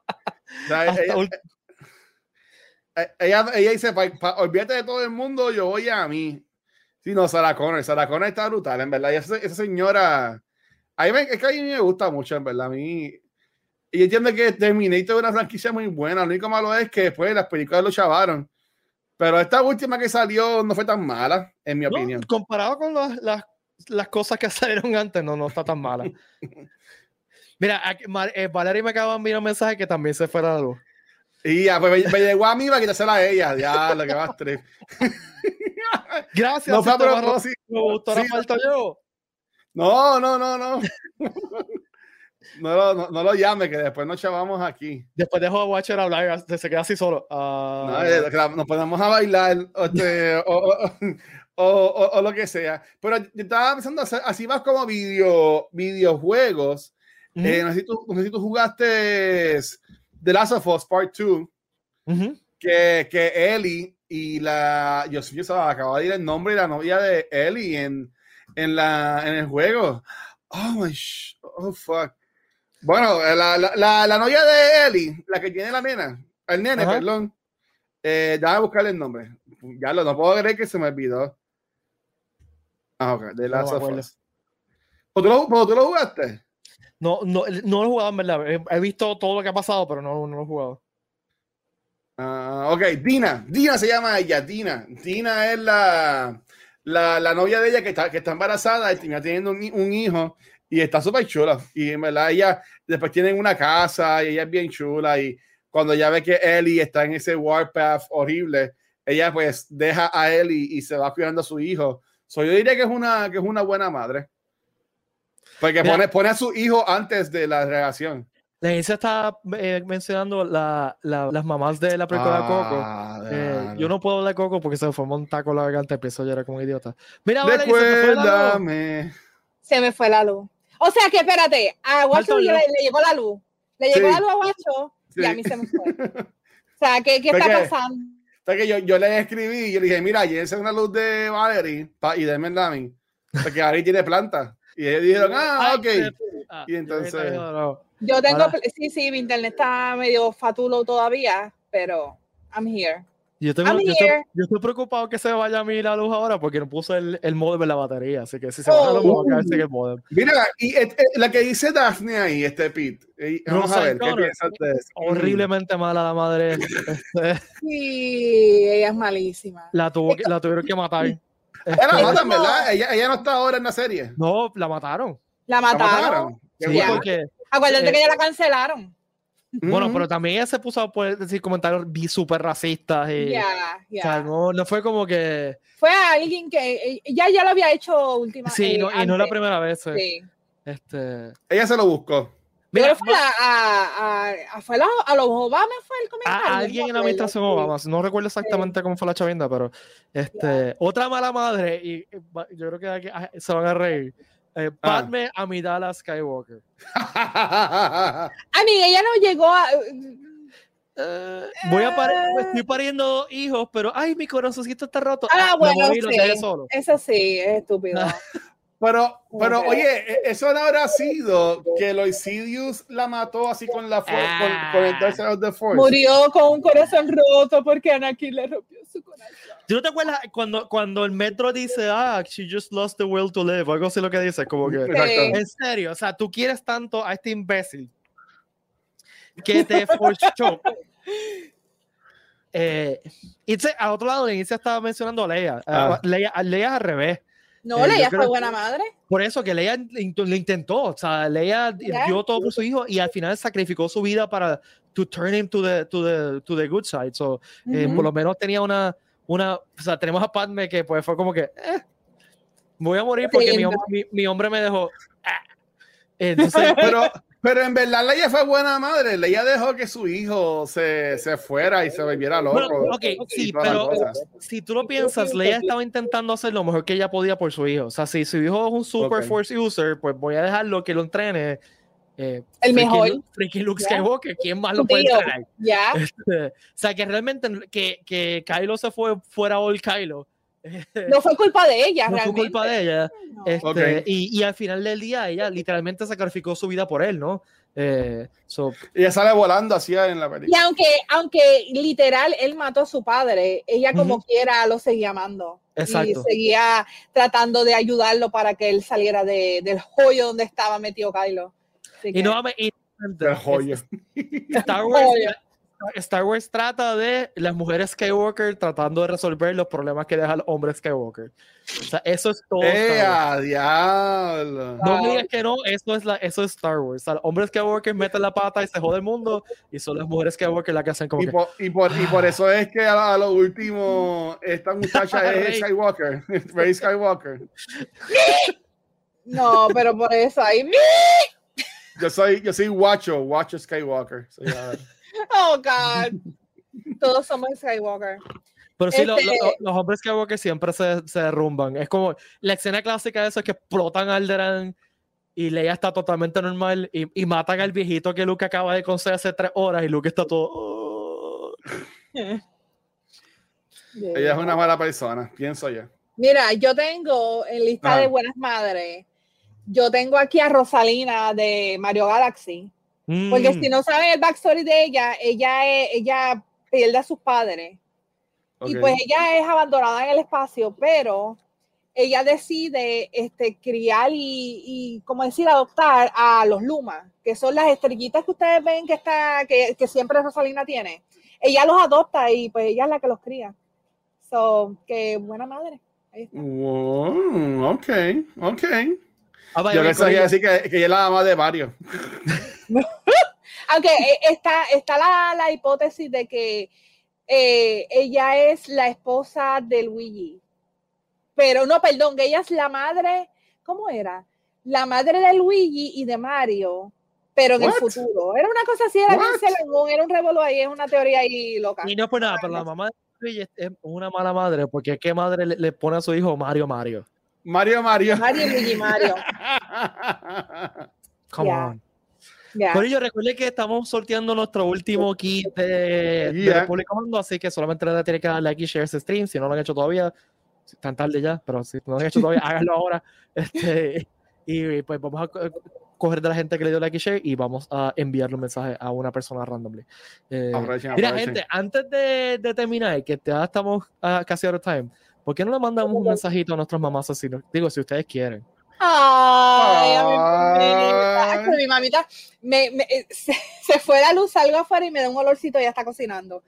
Ella dice, olvídate de todo el mundo, yo voy a mí. Sí, no, Sarah Connor está brutal, en verdad. Y esa señora, es que a mí me gusta mucho, en verdad. A mí, y entiendo que Terminator es una franquicia muy buena. Lo único malo es que después las películas lo chavaron. Pero esta última que salió no fue tan mala, en mi opinión. Comparado con las cosas que salieron antes, no está tan mala. Mira, Valerie me acaba de enviar un mensaje que también se fuera la luz. Y ya, pues me llegó a mí para quitársela a ella. Ya, lo que va a estrés. Gracias. No fue a propósito. Sí, falta yo. No. No lo llame, que después nos chavamos aquí. Después dejo a Watcher hablar, se queda así solo. Nos ponemos a bailar o lo que sea. Pero yo estaba pensando, así vas como videojuegos. No sé si tú jugaste The Last of Us Part 2, que Ellie y yo se acaba de ir el nombre de la novia de Ellie en el juego. Oh, fuck. Bueno, la novia de Ellie, la que tiene la nena, el nene, perdón. Déjame buscarle el nombre. Ya no puedo creer que se me olvidó. Ok, The Last of Us. ¿Tú lo jugaste? No lo he jugado, en verdad. He visto todo lo que ha pasado, pero no lo he jugado. Ok, Dina se llama ella. Dina es la novia de ella que está embarazada y termina teniendo un hijo y está súper chula. Y en verdad ella después tienen una casa y ella es bien chula, y cuando ya ve que Ellie está en ese warpath horrible, ella pues deja a Ellie y se va cuidando a su hijo. Yo diría que es una buena madre. Porque pone a su hijo antes de la relación. La Isa está mencionando las mamás de la película Coco. Yo no puedo hablar de Coco porque se me formó un taco en la garganta y empiezo a llorar como un idiota. Mira, Recuérdame. Se me fue la luz. O sea que, espérate, a Guacho le llegó la luz. Le llegó la luz a Guacho y a mí se me fue. O sea, ¿qué está pasando? Que yo le escribí y yo le dije, mira, llévense una luz de Valerie y denme a mí. Porque Valerie tiene planta. Y ellos dijeron, ok. Y entonces... Yo tengo... Sí, mi internet está medio fatulo todavía, pero I'm here. Yo estoy preocupado que se vaya a mí la luz ahora porque no puse el modem en la batería, así que si se va a lo va a caerse el modem. Mira, y la que dice Daphne ahí, Pete, vamos a ver, ¿qué piensas de eso? Horriblemente mala la madre. Sí, ella es malísima. La tuvieron que matar. La matan, ¿verdad? Ella no está ahora en la serie. No, la mataron. ¿La mataron? Sí, porque... Acuérdate que ya la cancelaron. Bueno, pero también ella se puso a poder decir comentarios súper racistas. Y, o sea, no fue como que... Fue a alguien que ya lo había hecho últimamente. Sí, y no la primera vez. Sí. Ella se lo buscó. Mira, fue a los Obama fue el comentario. A alguien en la administración Obama. No recuerdo exactamente cómo fue la chavienda, pero otra mala madre, y yo creo que aquí se van a reír. Padme Amidala Skywalker. A mí ella no llegó a... Estoy pariendo hijos, pero ay, mi corazoncito está roto. Bueno, sí. Eso sí, es estúpido. Pero oye, eso no habrá sido que Lois Sidious la mató así con el Dark Side of the Force. Murió con un corazón roto porque Anakin le rompió su corazón. ¿Tú no te acuerdas cuando el metro dice, she just lost the will to live? Algo así lo que dice, como que, en serio, o sea, tú quieres tanto a este imbécil que te forchó. Y a otro lado, Inicia estaba mencionando a Leia. Leia al revés. No, Leia fue buena madre. Por eso que Leia lo intentó. O sea, Leia dio todo por su hijo y al final sacrificó su vida para to turn him to the good side. So, por lo menos tenía una o sea, tenemos a Padme que pues fue como que voy a morir porque mi hombre me dejó. Entonces, pero en verdad Leia fue buena madre. Leia dejó que su hijo se fuera y se volviera loco. Bueno, sí, pero si tú lo piensas, Leia estaba intentando hacer lo mejor que ella podía por su hijo. O sea, si su hijo es un super force user, pues voy a dejarlo que lo entrene. El mejor. Freaking Luke Skywalker. ¿Quién más lo puede entrenar? O sea, que realmente que Kylo fuera all Kylo. No fue culpa de ella, no realmente. fue culpa de ella. No. Y al final del día, ella literalmente sacrificó su vida por él, ¿no? Ella sale volando así en la película. Y aunque literal él mató a su padre, ella como quiera lo seguía amando. Exacto. Y seguía tratando de ayudarlo para que él saliera del hoyo donde estaba metido Kylo. Y no del hoyo. Star Wars trata de las mujeres Skywalker tratando de resolver los problemas que deja el hombre Skywalker. O sea, eso es todo. Diablo. No me digas que no, eso es Star Wars. O sea, los hombres Skywalker meten la pata y se jode el mundo, y son las mujeres Skywalker las que hacen como y por eso es que a lo último esta muchacha es Skywalker. Rey Skywalker. No, pero por eso ahí. Yo soy Watcho Skywalker. Oh, God. Todos somos Skywalker. Pero sí, los hombres Skywalker siempre se derrumban. Es como la escena clásica de eso, es que explotan a Alderaan y Leia está totalmente normal y matan al viejito que Luke acaba de conocer hace 3 horas y Luke está todo... Ella es una mala persona, pienso yo. Mira, yo tengo en lista de buenas madres, yo tengo aquí a Rosalina de Mario Galaxy. Porque si no saben el backstory de ella pierde a sus padres. Y pues ella es abandonada en el espacio, pero ella decide criar y como decir, adoptar a los Luma, que son las estrellitas que ustedes ven que siempre Rosalina tiene. Ella los adopta y pues ella es la que los cría. So, que buena madre. Ahí está. Wow, ok. Yo que sabía decir que ella es la mamá de Mario. Aunque está la hipótesis de que ella es la esposa de Luigi. Pero no, perdón, que ella es la madre, ¿cómo era? La madre de Luigi y de Mario, pero en el futuro. Era una cosa así, era un revolú ahí, es una teoría ahí loca. Y no es por nada, pero la mamá de Luigi es una mala madre, porque ¿qué madre le pone a su hijo Mario? Mario y Luigi Mario. Come on. Pero yo recuerdo que estamos sorteando nuestro último kit de República Mundo, así que solamente le tiene que darle like y share ese stream. Si no lo han hecho todavía, tan tarde ya, pero si no lo han hecho todavía, háganlo ahora. Y pues vamos a coger de la gente que le dio like y share y vamos a enviarle un mensaje a una persona randomly. Mira, gente, antes de terminar, que ya estamos casi out of time, ¿por qué no le mandamos un mensajito a nuestras mamás así? Digo, si ustedes quieren. Ay, a mi mamita se fue la luz, salgo afuera y me da un olorcito y ya está cocinando.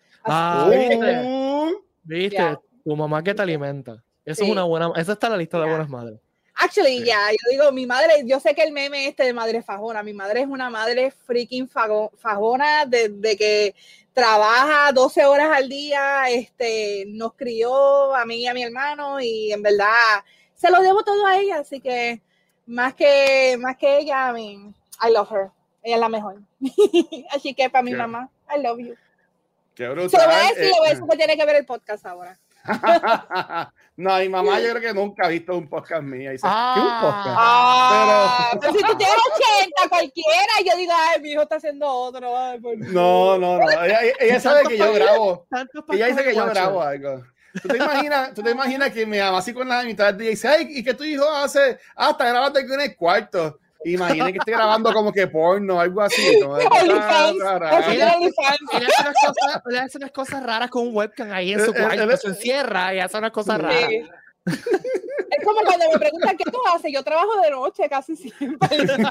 ¿Viste? Yeah. Tu mamá que te alimenta. Eso es una buena, esa está en la lista de buenas madres. Actually, yo digo, mi madre, yo sé que el meme de madre fajona, mi madre es una madre freaking fajona de que trabaja 12 horas al día, nos crió a mí y a mi hermano y en verdad se lo debo todo a ella, así que más que ella, I love her. Ella es la mejor. Así que para mi mamá, I love you. Qué brutal. Se lo voy a decir, eso que tiene que ver el podcast ahora. No, mi mamá yo creo que nunca ha visto un podcast mío. Dice, ¿qué es un podcast? Pero si tú tienes 80 cualquiera, yo digo, ay, mi hijo está haciendo otro. Ay, no. Ella sabe que yo grabo. Ella dice que yo grabo algo. ¿Tú te imaginas que mi mamá así con la mitad del día dice, ay, ¿y qué tu hijo hace? Está grabando aquí en el cuarto. Imaginen que esté grabando como que porno, algo así. ¿No? Él hace unas cosas raras con un webcam ahí en su cuarto, se encierra y hace unas cosas raras. Es como cuando me preguntan qué tú haces, yo trabajo de noche casi siempre.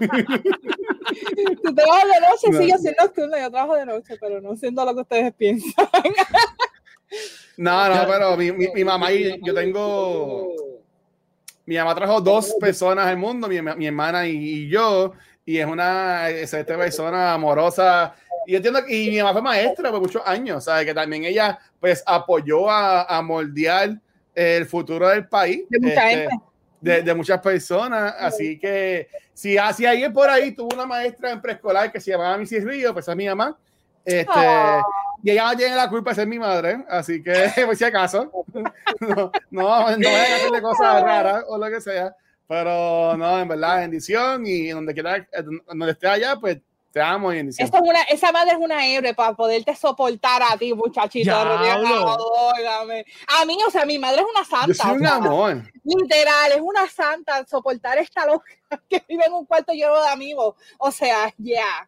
Tú trabajas de noche, sí, yo soy nocturna, yo trabajo de noche, pero no siendo lo que ustedes piensan. No, pero mi mamá y yo tengo... Mi mamá trajo 2 personas al mundo, mi hermana y yo, y es una excelente persona, amorosa. Y entiendo que mi mamá fue maestra por muchos años, ¿sabes? Que también ella pues apoyó a moldear el futuro del país. De mucha gente. De muchas personas. Así que si alguien por ahí tuvo una maestra en preescolar que se llamaba Missy Río, pues es mi mamá. Y ella no tiene la culpa de ser mi madre, así que por si acaso no vayan a hacerle cosas raras o lo que sea, pero no, en verdad, bendición, y donde quiera, donde esté allá, pues te amo y bendición. Esa madre es una héroe para poderte soportar a ti, muchachito. A mí, o sea, mi madre es una santa. Yo soy un amor. Literal, es una santa. Soportar esta loca que vive en un cuarto lleno de amigos. O sea, ya.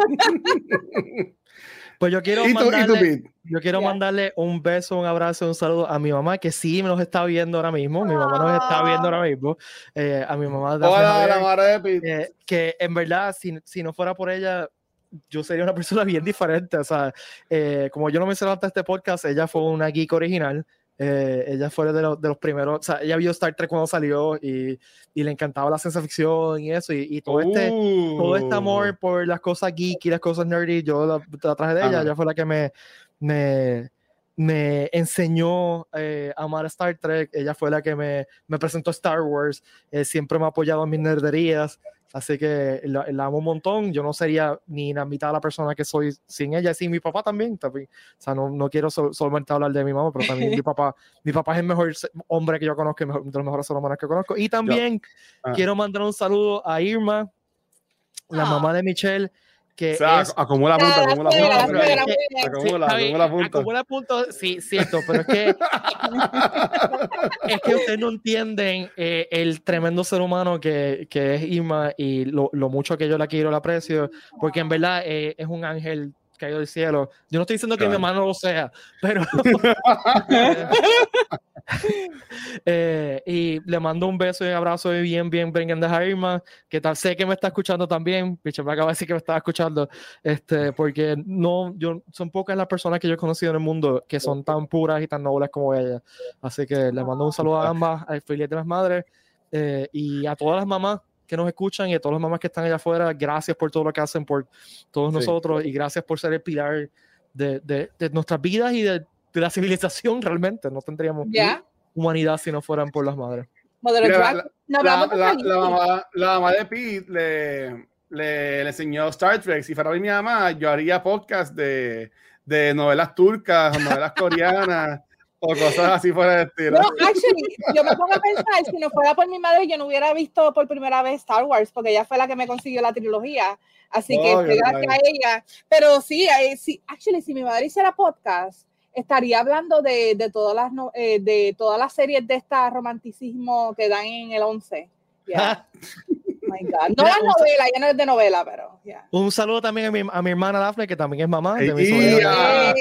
Pues yo quiero mandarle un beso, un abrazo, un saludo a mi mamá, que sí me los está viendo ahora mismo. Mi mamá nos está viendo ahora mismo. A mi mamá. Hola, la madre de Pete. Que en verdad, si no fuera por ella, yo sería una persona bien diferente. O sea, como yo no mencioné antes este podcast, ella fue una geek original. Ella fue de los primeros, o sea, ella vio Star Trek cuando salió y le encantaba la ciencia ficción y eso, y todo este amor por las cosas geek y las cosas nerdy, yo la traje de ella. Ella fue la que me enseñó a amar Star Trek. Ella fue la que me presentó Star Wars. Siempre me ha apoyado en mis nerderías, así que la amo un montón. Yo no sería ni la mitad de la persona que soy sin ella, sin mi papá también. O sea, no quiero solamente hablar de mi mamá, pero también mi papá es el mejor hombre que yo conozco, de los mejores seres humanos que conozco. Y también quiero mandar un saludo a Irma, la mamá de Michelle, que acumula puntos. Sí, cierto, pero es que ustedes no entienden el tremendo ser humano que es Irma, y lo mucho que yo la quiero, la aprecio, porque en verdad es un ángel caído del cielo. Yo no estoy diciendo que mi mamá no lo sea, pero y le mando un beso y un abrazo bien grande a Irma, que tal, sé que me está escuchando también. Picho, me acaba de decir que me estaba escuchando, porque son pocas las personas que yo he conocido en el mundo que son tan puras y tan nobles como ella, así que le mando un saludo a ambas, al Feliz de las Madres, y a todas las mamás que nos escuchan y a todas las mamás que están allá afuera. Gracias por todo lo que hacen por todos nosotros, y gracias por ser el pilar de nuestras vidas y de la civilización. Realmente no tendríamos humanidad si no fueran por las madres. La mamá de Pete le enseñó Star Trek. Si fuera mi mamá, yo haría podcast de novelas turcas, novelas coreanas o cosas así fuera de estilo. No, actually, yo me pongo a pensar, si no fuera por mi madre, yo no hubiera visto por primera vez Star Wars, porque ella fue la que me consiguió la trilogía. Así que gracias a ella. Pero sí, si mi madre hiciera podcast, estaría hablando de todas las series de este romanticismo que dan en el 11. Yeah. My God. No es novela, ya no es de novela, pero un saludo también a mi hermana Daphne, que también es mamá de mi sobrina.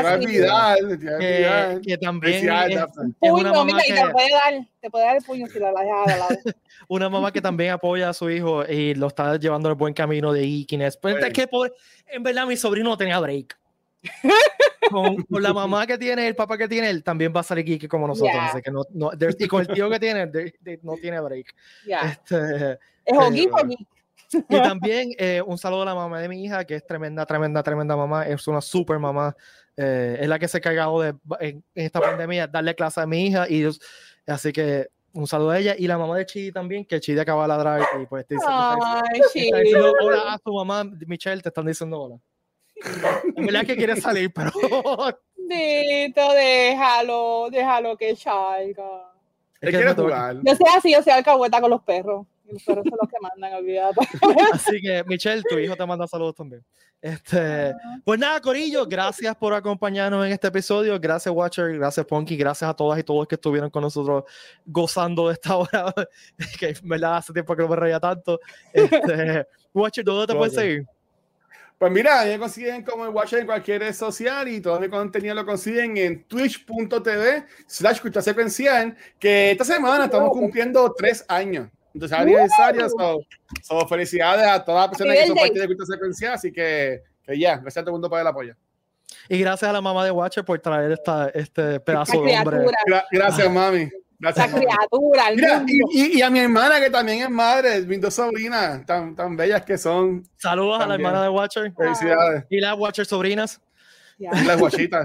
Que también es una mamá que te puede dar el puño si la dejas de lado. Una mamá que también apoya a su hijo y lo está llevando al buen camino de geekiness. Pero es que en verdad mi sobrino no tenía break. Con la mamá que tiene, el papá que tiene, él también va a salir geeky como nosotros, así que y con el tío que tiene, no tiene break. Es hockey. Y también un saludo a la mamá de mi hija, que es tremenda mamá, es una super mamá, es la que se ha encargado en esta pandemia darle clase a mi hija, y así que un saludo a ella. Y la mamá de Chidi también, que Chidi acaba de ladrar y pues te está diciendo hola a tu mamá. Michelle, te están diciendo hola. En verdad que quiere salir, pero Dito, déjalo que salga. Él quiere jugar. Yo soy alcahueta con los perros. Los perros son los que mandan, olvídate. Así que, Michelle, tu hijo te manda saludos también. Pues nada, corillo, gracias por acompañarnos en este episodio. Gracias, Watcher, gracias, Punky, gracias a todas y todos que estuvieron con nosotros gozando de esta hora, que en verdad hace tiempo que no me reía tanto. Watcher, ¿dónde te puedes seguir? Pues mira, me consiguen como el Watcher en cualquier red social y todo mi contenido lo consiguen en twitch.tv/cultura secuencial, que esta semana estamos cumpliendo 3 años. Entonces, aniversario, felicidades a todas las personas que son parte de Cultura Secuencial, así que ya, gracias a todo el mundo por el apoyo. Y gracias a la mamá de Watcher por traer este pedazo de hombre. Gracias, mami. Gracias, mami. Criatura, mira, y a mi hermana, que también es madre, mis 2 sobrinas, tan bellas que son. Saludos también a la hermana de Watcher. Felicidades. Y las Watcher sobrinas. Las guachitas.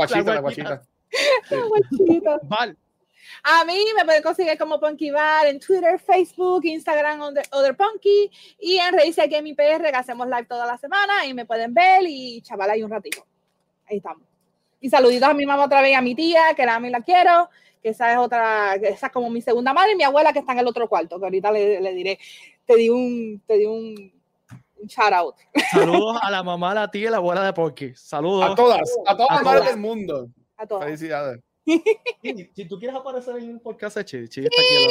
Val. A mí me pueden conseguir como Punky Val en Twitter, Facebook, Instagram, Other Punky, y en Reise Gaming PR, que hacemos live toda la semana y me pueden ver y chaval ahí un ratito. Ahí estamos. Y saluditos a mi mamá otra vez y a mi tía, que la quiero, que esa es como mi segunda madre, y mi abuela que está en el otro cuarto, que ahorita le diré, te di un shout out. Saludos a la mamá, la tía y la abuela de Punky. Saludos. A todas las madres del mundo. A todas. Felicidades. Si tú quieres aparecer en un podcast de Chidi,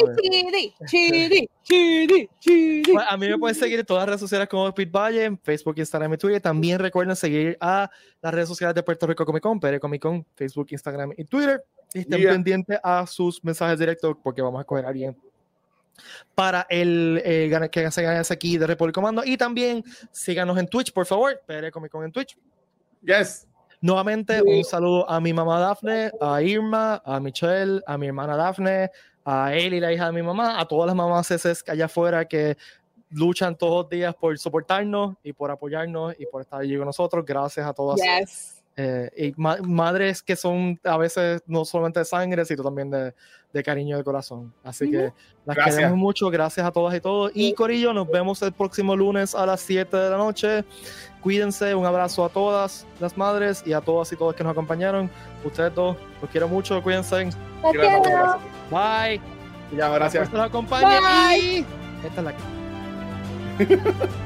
pues a mí me pueden seguir en todas las redes sociales como Pete Valle, en Facebook, Instagram y Twitter. También recuerden seguir a las redes sociales de Puerto Rico Comic Con, PR Comic Con, Facebook, Instagram y Twitter. Y estén pendientes a sus mensajes directos porque vamos a escoger a alguien para el que se gane aquí de República Comando. Y también síganos en Twitch, por favor, PR Comic Con en Twitch. Yes. Nuevamente, un saludo a mi mamá Dafne, a Irma, a Michelle, a mi hermana Dafne, a Eli, la hija de mi mamá, a todas las mamás CCs allá afuera que luchan todos los días por soportarnos y por apoyarnos y por estar allí con nosotros. Gracias a todas. Yes. Y madres que son a veces no solamente de sangre, sino también de cariño de corazón. Así que las queremos mucho. Gracias a todas y todos. Y corillo, nos vemos el próximo lunes a las 7 de la noche. Cuídense, un abrazo a todas las madres y a todas y todos que nos acompañaron. Ustedes dos, los quiero mucho, cuídense. Gracias. Bye. Ya, gracias. Que nos acompañe. Y esta es la que